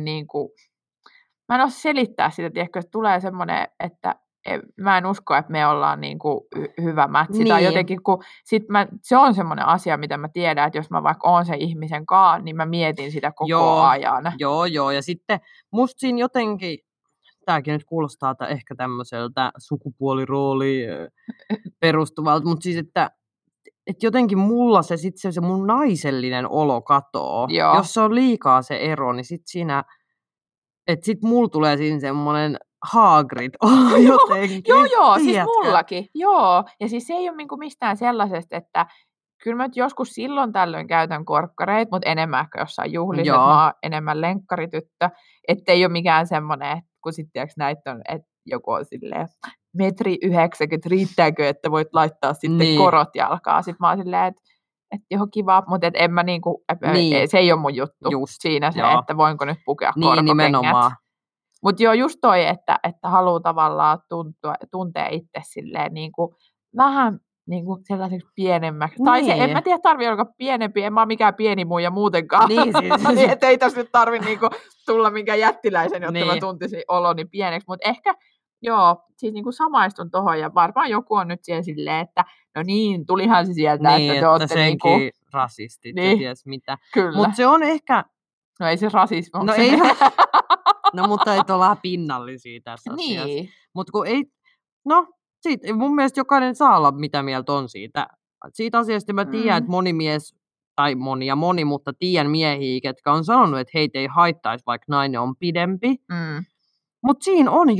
Speaker 2: osaa selittää sitä, tiedätkö, että tulee semmoinen, että mä en usko, että me ollaan niinku hyvä mätsi. Tai jotenkin, kun se on semmoinen asia, mitä mä tiedän, että jos mä vaikka oon sen ihmisen kanssa, niin mä mietin sitä koko ajan.
Speaker 1: Joo, ja sitten musta siinä jotenkin, tämäkin nyt kuulostaa ehkä tämmöiseltä sukupuolirooliin perustuvalta, mutta siis, että jotenkin mulla se mun naisellinen olo katoo. Jos se on liikaa se ero, niin sit siinä, että sit mulla tulee siinä semmoinen Hagrid jotenkin.
Speaker 2: Joo, siis mullakin. Joo, ja siis se ei ole niinku mistään sellaisesta, että kyllä mä joskus silloin tällöin käytän korkkareita, mutta enemmän ehkä jossain juhlissa, että mä oon enemmän lenkkarityttö. Että ei ole mikään semmoinen, kun sitten näitä on, että joku on silleen 1,90 m, riittääkö, että voit laittaa sitten korot jalkaan. Sitten mä oon silleen, että joo kiva, mutta en mä niinku, se ei ole mun juttu siinä se, että voinko nyt pukea korkokengät. Mutta joo, just toi, että haluaa tavallaan tuntea itse silleen niinku vähän niinku sellaiseksi pienemmäksi. Tai se, en mä tiedä, tarvii olla pienempi, en mä ole mikään pieni muija muutenkaan. Niin, että ei tässä nyt tarvi niinku tulla minkään jättiläisen, jotta mä tuntisin oloni pieneksi. Mutta ehkä, siis niinku samaistun tohon, ja varmaan joku on nyt siellä silleen, että no niin, tulihan se sieltä, että te ootte
Speaker 1: senkin niinku rasistit ja ties mitä.
Speaker 2: Mutta
Speaker 1: se on ehkä...
Speaker 2: No ei se rasismi.
Speaker 1: No ei. No mutta ei olla pinnallisia tässä asiassa. Mutta kun ei... No, mun mielestä jokainen saa olla mitä mieltä on siitä. Siitä asiasta mä tiedän, että moni mies, tai moni, mutta tiedän miehiä, ketkä on sanonut, että heitä ei haittaisi, vaikka nainen on pidempi. Mutta siinä on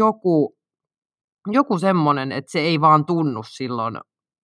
Speaker 1: joku semmoinen, että se ei vaan tunnu silloin.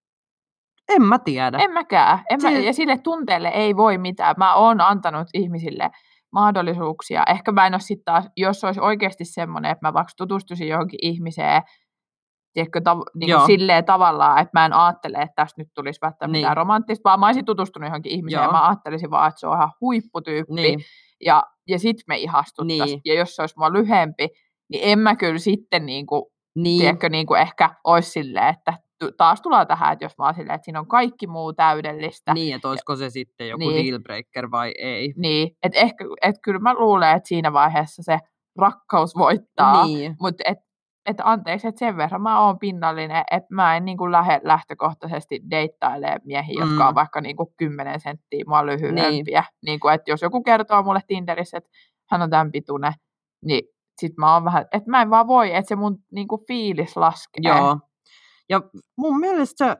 Speaker 1: En mä tiedä.
Speaker 2: En mäkään. Ja sille tunteelle ei voi mitään. Mä oon antanut ihmisille mahdollisuuksia. Ehkä mä en ole sitten taas, jos olisi oikeasti semmoinen, että mä vaikka tutustuisin johonkin ihmiseen, tiedätkö, silleen tavallaan, että mä en ajattele, että tästä nyt tulisi välttämättä mitään romanttista, vaan mä olisin tutustunut johonkin ihmiseen, ja mä ajattelisin vaan, että se on ihan huipputyyppi, ja sit me ihastuttaisiin. Ja jos se olisi mua lyhempi, niin en mä kyllä sitten tiedätkö, ehkä olisi silleen, että taas tullaan tähän, että jos mä oon silleen, että siinä on kaikki muu täydellistä.
Speaker 1: Niin, että olisiko se sitten joku dealbreaker vai ei.
Speaker 2: Niin, että kyllä mä luulen, että siinä vaiheessa se rakkaus voittaa, mutta että anteeksi, että sen verran mä oon pinnallinen, että mä en lähde lähtökohtaisesti deittailemaan miehiä, jotka on vaikka 10 senttiä mua lyhyempiä. Että jos joku kertoo mulle Tinderissä, että hän on tämän pituinen, niin sit mä oon vähän, että mä en vaan voi, että se mun fiilis laskee.
Speaker 1: Joo. Ja mun mielestä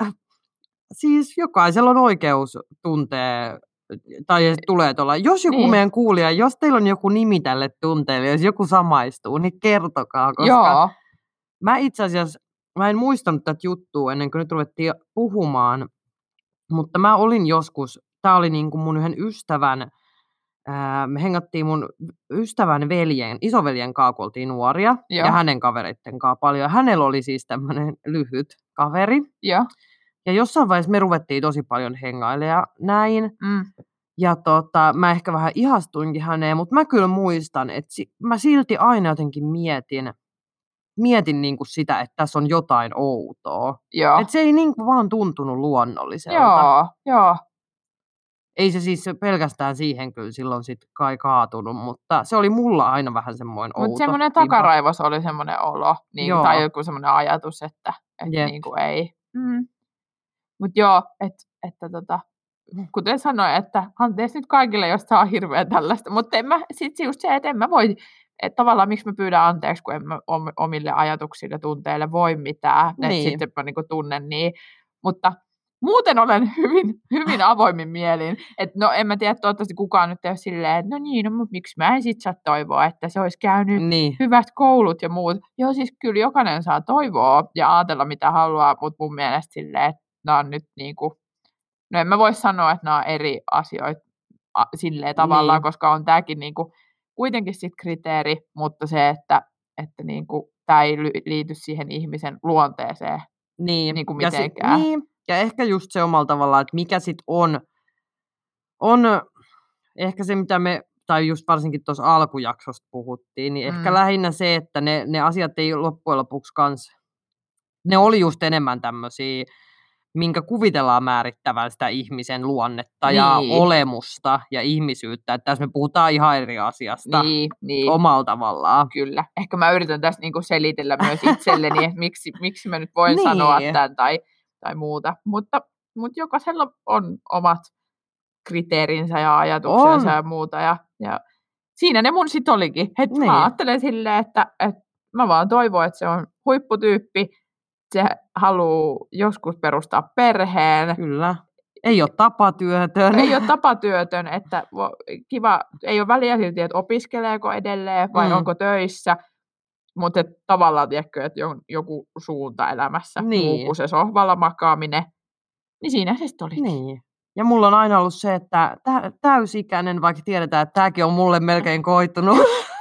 Speaker 1: siis jokaisella on oikeus tuntea, tai tulee tuolla. Jos joku meidän kuulija, jos teillä on joku nimi tälle tunteelle, jos joku samaistuu, niin kertokaa, koska mä itse asiassa, mä en muistanut tätä juttua ennen kuin nyt ruvettiin puhumaan, mutta mä olin joskus, tää oli mun yhden ystävän Me hengattiin mun ystävän isoveljen kanssa, kun oltiin nuoria,
Speaker 2: Joo.
Speaker 1: ja hänen kavereitten kanssa paljon. Hänellä oli siis tämmöinen lyhyt kaveri.
Speaker 2: Joo.
Speaker 1: Ja jossain vaiheessa me ruvettiin tosi paljon hengailemaan ja näin. Ja mä ehkä vähän ihastuinkin häneen, mutta mä kyllä muistan, että mä silti aina jotenkin mietin niin kuin sitä, että tässä on jotain outoa. Että se ei niin kuin vaan tuntunut luonnolliselta.
Speaker 2: Joo.
Speaker 1: Ei se siis pelkästään siihen kyllä silloin sit kai kaatunut, mutta se oli mulla aina vähän semmoinen outo.
Speaker 2: Mutta semmoinen takaraivos oli semmoinen olo, niin, tai joku semmoinen ajatus, että niin kuin ei. Mutta joo, että kuten sanoin, että anteeksi nyt kaikille, jos saa hirveän tällaista, mutta sitten just se, että en mä voi, että tavallaan miksi mä pyydän anteeksi, kun en mä omille ajatuksille, tunteille voi mitään, niin. Että sitten mä niinku tunnen niin, mutta muuten olen hyvin avoimin mielin, että no en mä tiedä, toivottavasti kukaan nyt ei ole silleen, että mutta miksi mä en sit saa toivoa, että se olisi käynyt hyvät koulut ja muut. Joo, siis kyllä jokainen saa toivoa ja ajatella mitä haluaa, mutta mun mielestä silleen, että nämä on nyt niinku, no en mä voi sanoa, että nämä on eri asioita silleen tavallaan, koska on tämäkin niinku kuitenkin sit kriteeri, mutta se, että niinku, tämä ei liity siihen ihmisen luonteeseen niinku mitenkään.
Speaker 1: Ja ehkä just se omalla tavallaan, että mikä sitten on ehkä se, mitä me, tai just varsinkin tuossa alkujaksosta puhuttiin, niin ehkä lähinnä se, että ne asiat ei loppujen lopuksi kans, ne oli just enemmän tämmöisiä, minkä kuvitellaan määrittävän sitä ihmisen luonnetta ja olemusta ja ihmisyyttä. Että tässä me puhutaan ihan eri asiasta omalla tavallaan.
Speaker 2: Kyllä. Ehkä mä yritän tässä niinku selitellä myös itselleni, että miksi mä nyt voin sanoa tämän tai muuta. Mutta jokaisella on omat kriteerinsä ja ajatuksensa ja muuta. Ja siinä ne mun sit olikin. Mä ajattelen silleen, että mä vaan toivon, että se on huipputyyppi. Se haluaa joskus perustaa perheen.
Speaker 1: Kyllä. Ei ole tapatyötön.
Speaker 2: Ei ole tapatyötön, että kiva, ei ole väliä silti, että opiskeleeko edelleen vai onko töissä. Mutta tavallaan tiedätkö, että joku suunta elämässä, muu kuin se sohvalla makaaminen. Niin siinä se sitten olikin.
Speaker 1: Niin. Ja mulla on aina ollut se, että täysikäinen, vaikka tiedetään, että tämäkin on mulle melkein koittunut.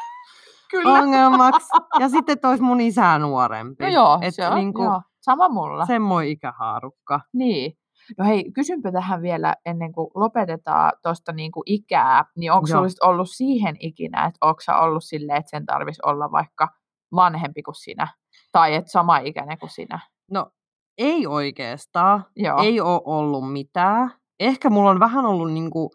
Speaker 2: Kyllä.
Speaker 1: Ongelmaksi. Ja sitten tois mun isää nuorempi.
Speaker 2: No joo, se on niinku, sama mulla.
Speaker 1: Semmoinen ikähaarukka.
Speaker 2: Niin. No hei, kysynpä tähän vielä ennen kuin lopetetaan tuosta niinku ikää, niin onko sulla ollut siihen ikinä, että onko sä ollut silleen, että sen tarvitsisi olla vaikka vanhempi kuin sinä? Tai että sama ikäinen kuin sinä?
Speaker 1: No ei oikeastaan. Ei ole ollut mitään. Ehkä mulla on vähän ollut niinku,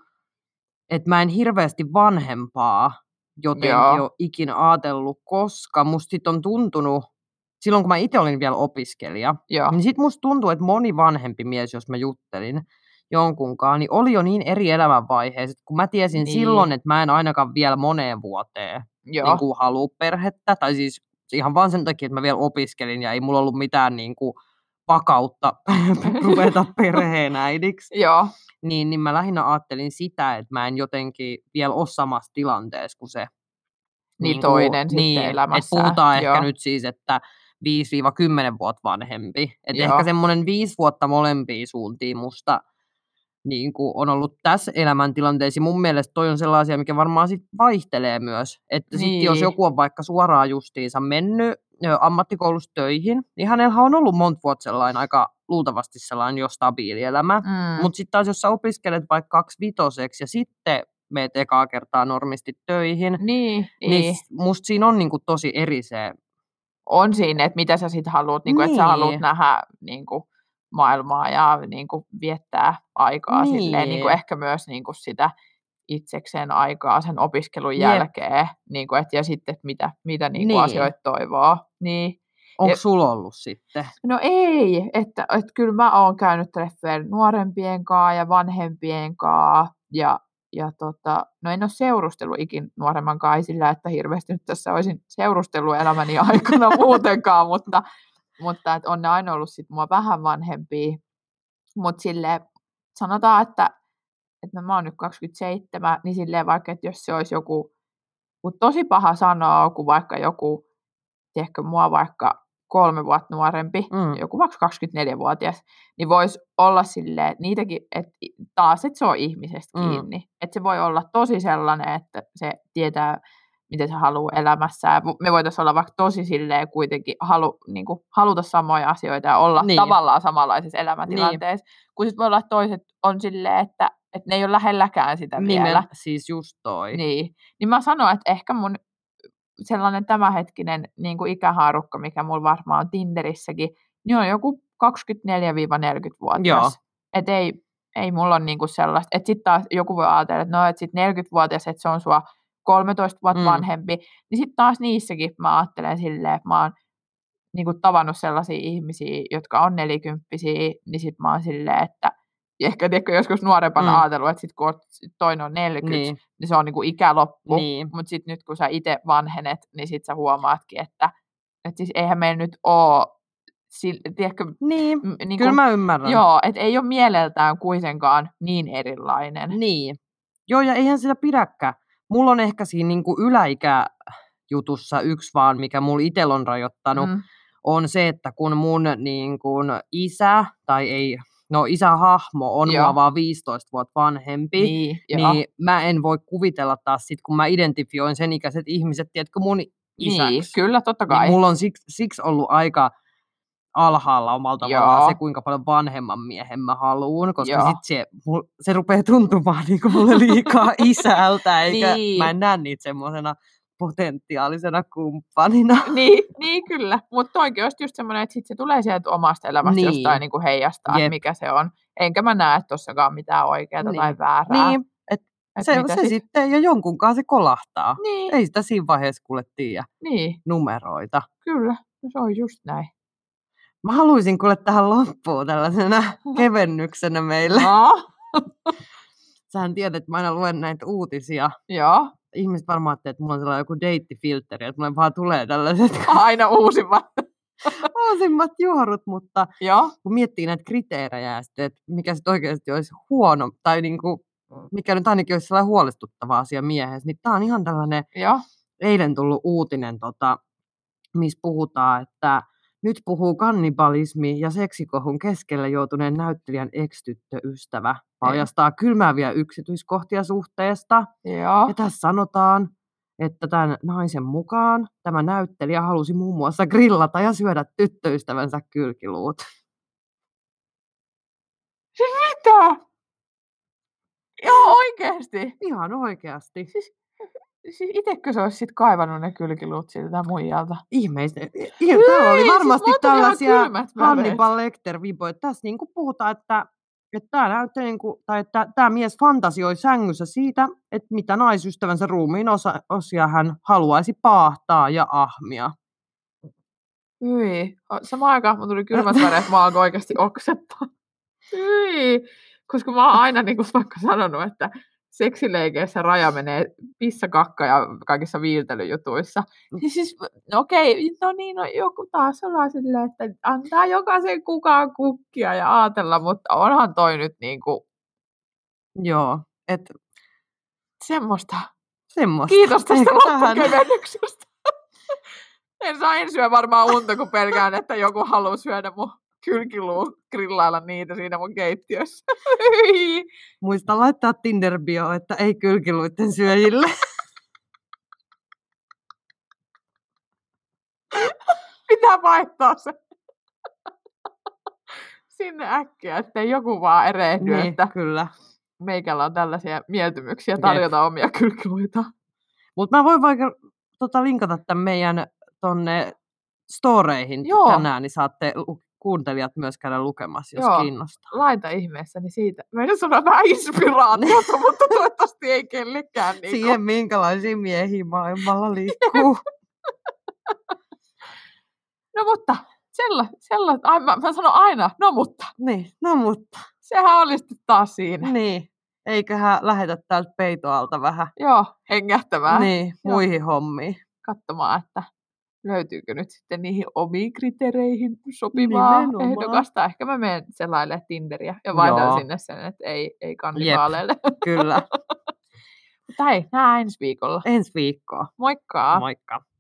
Speaker 1: että mä en hirveästi vanhempaa jotenkin ole ikinä ajatellut, koska musta sit on tuntunut, silloin kun mä itse olin vielä opiskelija, niin sit musta tuntuu, että moni vanhempi mies, jos mä juttelin jonkunkaan, niin oli jo niin eri elämänvaiheessa, että kun mä tiesin silloin, että mä en ainakaan vielä moneen vuoteen niin kuin halua perhettä, tai siis ihan vaan sen takia, että mä vielä opiskelin ja ei mulla ollut mitään niin kuin vakautta ruveta perheenäidiksi. Niin mä lähinnä ajattelin sitä, että mä en jotenkin vielä ole samassa tilanteessa kuin se
Speaker 2: niin toinen sitten elämässä.
Speaker 1: Että puhutaan ehkä nyt siis, että 5-10 vuotta vanhempi. Että ehkä semmoinen 5 vuotta molempia suuntiin musta niin kuin on ollut tässä elämäntilanteessa. Mun mielestä toi on sellaisia, mikä varmaan sit vaihtelee myös. Että sitten jos joku on vaikka suoraan justiinsa mennyt ammattikoulusta töihin, niin hänellä on ollut monta vuotta sellainen aika luultavasti sellainen jo stabiili elämä. Mutta sitten taas, jos sä opiskelet vaikka 2-5 ja sitten meet ekaa kertaa normisti töihin, niin musta siinä on niinku tosi eri se.
Speaker 2: On siinä, että mitä sä sitten haluat, niinku, että sä haluat nähdä niinku maailmaa ja niinku viettää aikaa silleen, niinku ehkä myös niinku sitä itsekseen aikaa sen opiskelun jälkeen, niinku, ja sitten, että mitä niinku asioita toivoo. Niin.
Speaker 1: Onko sulla ollut sitten?
Speaker 2: No ei, että kyllä mä oon käynyt treffeillä nuorempien kanssa ja vanhempien kanssa no en ole seurustellut ikin nuoremman kanssa sillä, että hirveästi nyt tässä olisin seurustellut elämäni aikana muutenkaan, mutta että on ne aina ollut sit mua vähän vanhempia, mutta silleen sanotaan, että mä oon nyt 27, niin silleen vaikka, että jos se olisi joku tosi paha sanoa, kun vaikka joku, tiedätkö, mua vaikka 3 vuotta nuorempi, joku vaikka 24-vuotias, niin voisi olla silleen, että niitäkin, että taas, että se on ihmisestä kiinni. Että se voi olla tosi sellainen, että se tietää, miten se haluaa elämässään. Me voitaisiin olla vaikka tosi silleen kuitenkin haluta samoja asioita ja olla tavallaan samanlaisessa elämäntilanteessa. Kun sitten voi olla, että toiset on silleen, että ne ei ole lähelläkään sitä vielä.
Speaker 1: Siis just toi.
Speaker 2: Niin mä sanon, että ehkä mun sellainen tämänhetkinen niin kuin ikähaarukka, mikä mulla varmaan on Tinderissäkin, niin on joku 24-40-vuotias. Että ei mulla ole niin kuin sellaista. Että sitten taas joku voi ajatella, että no, että sitten 40-vuotias, että se on sua 13 vuotta vanhempi. Niin sitten taas niissäkin mä ajattelen silleen, että mä oon niin kuin tavannut sellaisia ihmisiä, jotka on 40-vuotiaita, niin sitten mä oon silleen, että ehkä joskus nuorempana ajatellut, että sit kun toinen on 40, niin se on niinku ikäloppu. Mutta sitten nyt kun sä itse vanhenet, niin sit sä huomaatkin, että siis eihän meillä nyt ole, tiedätkö?
Speaker 1: Niin, kyllä mä ymmärrän.
Speaker 2: Joo, että ei ole mieleltään kuitenkaan niin erilainen.
Speaker 1: Niin. Joo, ja eihän sitä pidäkään. Mulla on ehkä siinä niinku yläikäjutussa yksi vaan, mikä mulla itsellä on rajoittanut, on se, että kun mun niinku isä, tai ei... No isähahmo on mua vaan 15 vuotta vanhempi, niin mä en voi kuvitella taas sit, kun mä identifioin sen ikäiset ihmiset, tiedätkö, mun isäksi.
Speaker 2: Niin, kyllä, totta kai.
Speaker 1: Niin mulla on siksi ollut aika alhaalla omalla tavallaan se, kuinka paljon vanhemman miehen mä haluun, koska sit se rupeaa tuntumaan niin kuin mulle liikaa isältä, eikä mä en näe niitä semmosena potentiaalisena kumppanina.
Speaker 2: Niin kyllä. Mutta toikin olisi just semmoinen, että sitten se tulee sieltä omasta elämästä jostain niin kuin heijastaa, että mikä se on. Enkä mä näe tossakaan mitään oikeaa tai väärää.
Speaker 1: Niin, se sitten, ja jonkunkaan se kolahtaa. Niin. Ei sitä siinä vaiheessa kuule tiedä numeroita.
Speaker 2: Kyllä, se on just näin.
Speaker 1: Mä haluaisin kuule tähän loppuun tällaisena kevennyksenä meille. Sähän tiedät, että mä aina luen näitä uutisia.
Speaker 2: Joo.
Speaker 1: Ihmiset varmaan ajattelee, että mulla on sellainen joku deittifiltteri, että mulle vaan tulee tällaiset
Speaker 2: aina uusimmat
Speaker 1: juorut, mutta kun miettii näitä kriteerejä, että mikä sitten oikeasti olisi huono, tai niinku, mikä nyt ainakin olisi sellainen huolestuttava asia miehessä, niin tää on ihan tällainen eilen tullut uutinen, missä puhutaan, että nyt puhuu kannibalismi ja seksikohun keskellä joutuneen näyttelijän ex-tyttöystävä paljastaa kylmääviä yksityiskohtia suhteesta. Ja tässä sanotaan, että tämän naisen mukaan tämä näyttelijä halusi muun muassa grillata ja syödä tyttöystävänsä kylkiluut.
Speaker 2: Mitä? Joo, oikeasti?
Speaker 1: Ihan oikeasti.
Speaker 2: Siis itsekö se olisi sitten kaivannut ne kylkiluut siltä muijalta?
Speaker 1: Ihmeistä. Täällä oli varmasti tällaisia Hannibal Lecter-viboja. Tässä niin kuin puhutaan, että tämä mies fantasioi sängyssä siitä, että mitä naisystävänsä ruumiin osia hän haluaisi paahtaa ja ahmia.
Speaker 2: Hyi. Samaan aikaan mun tuli kylmät väreet, että mä alkoin oikeasti oksettaa. Hyi. Koska mä oon aina niin kuin vaikka sanonut, että seksileikeissä raja menee pissakakka ja kaikissa viiltelyjutuissa. Siis, okei, joku taas ollaan silleen, että antaa jokaisen kukaan kukkia ja ajatella, mutta onhan toi nyt niinku...
Speaker 1: Joo, että...
Speaker 2: Semmoista.
Speaker 1: Kiitos
Speaker 2: tästä loppukevennyksestä. En saa ensyä varmaan unta, kun pelkään, että joku haluaa syödä mun kylkiluun, grillailla niitä siinä mun keittiössä.
Speaker 1: Muista laittaa Tinder-bio, että ei kylkiluiden syöjille.
Speaker 2: Pitää vaihtaa se sinne äkkiä, ettei joku vaan erehdy,
Speaker 1: niin,
Speaker 2: että
Speaker 1: kyllä.
Speaker 2: Meikällä on tällaisia mieltymyksiä tarjota omia kylkiluita.
Speaker 1: Mutta mä voin vaikka linkata tämän meidän tonne storeihin tänään, niin saatte kuuntelijat myös käydä lukemassa, jos kiinnostaa.
Speaker 2: Laita ihmeessäni siitä. Meidän on vähän inspiraatiota, mutta toivottavasti ei kellekään. Niin
Speaker 1: siihen, minkälaisia miehiä maailmalla liikkuu.
Speaker 2: No mutta, mä sanon aina, no mutta.
Speaker 1: Niin, no mutta.
Speaker 2: Sehän oli sitten taas siinä.
Speaker 1: Niin, eiköhän lähetä täältä peitoalta vähän.
Speaker 2: Joo, hengähtämään.
Speaker 1: Niin, muihin hommiin.
Speaker 2: Katsomaan, että löytyykö nyt sitten niihin omiin kriteereihin sopivaa ehdokasta. Ehkä mä menen selailemaan Tinderiä ja vaihdan sinne sen, että ei kannibaaleille.
Speaker 1: Kyllä.
Speaker 2: Mutta hei, nähdään ensi viikolla.
Speaker 1: Ensi viikkoa.
Speaker 2: Moikka!
Speaker 1: Moikka!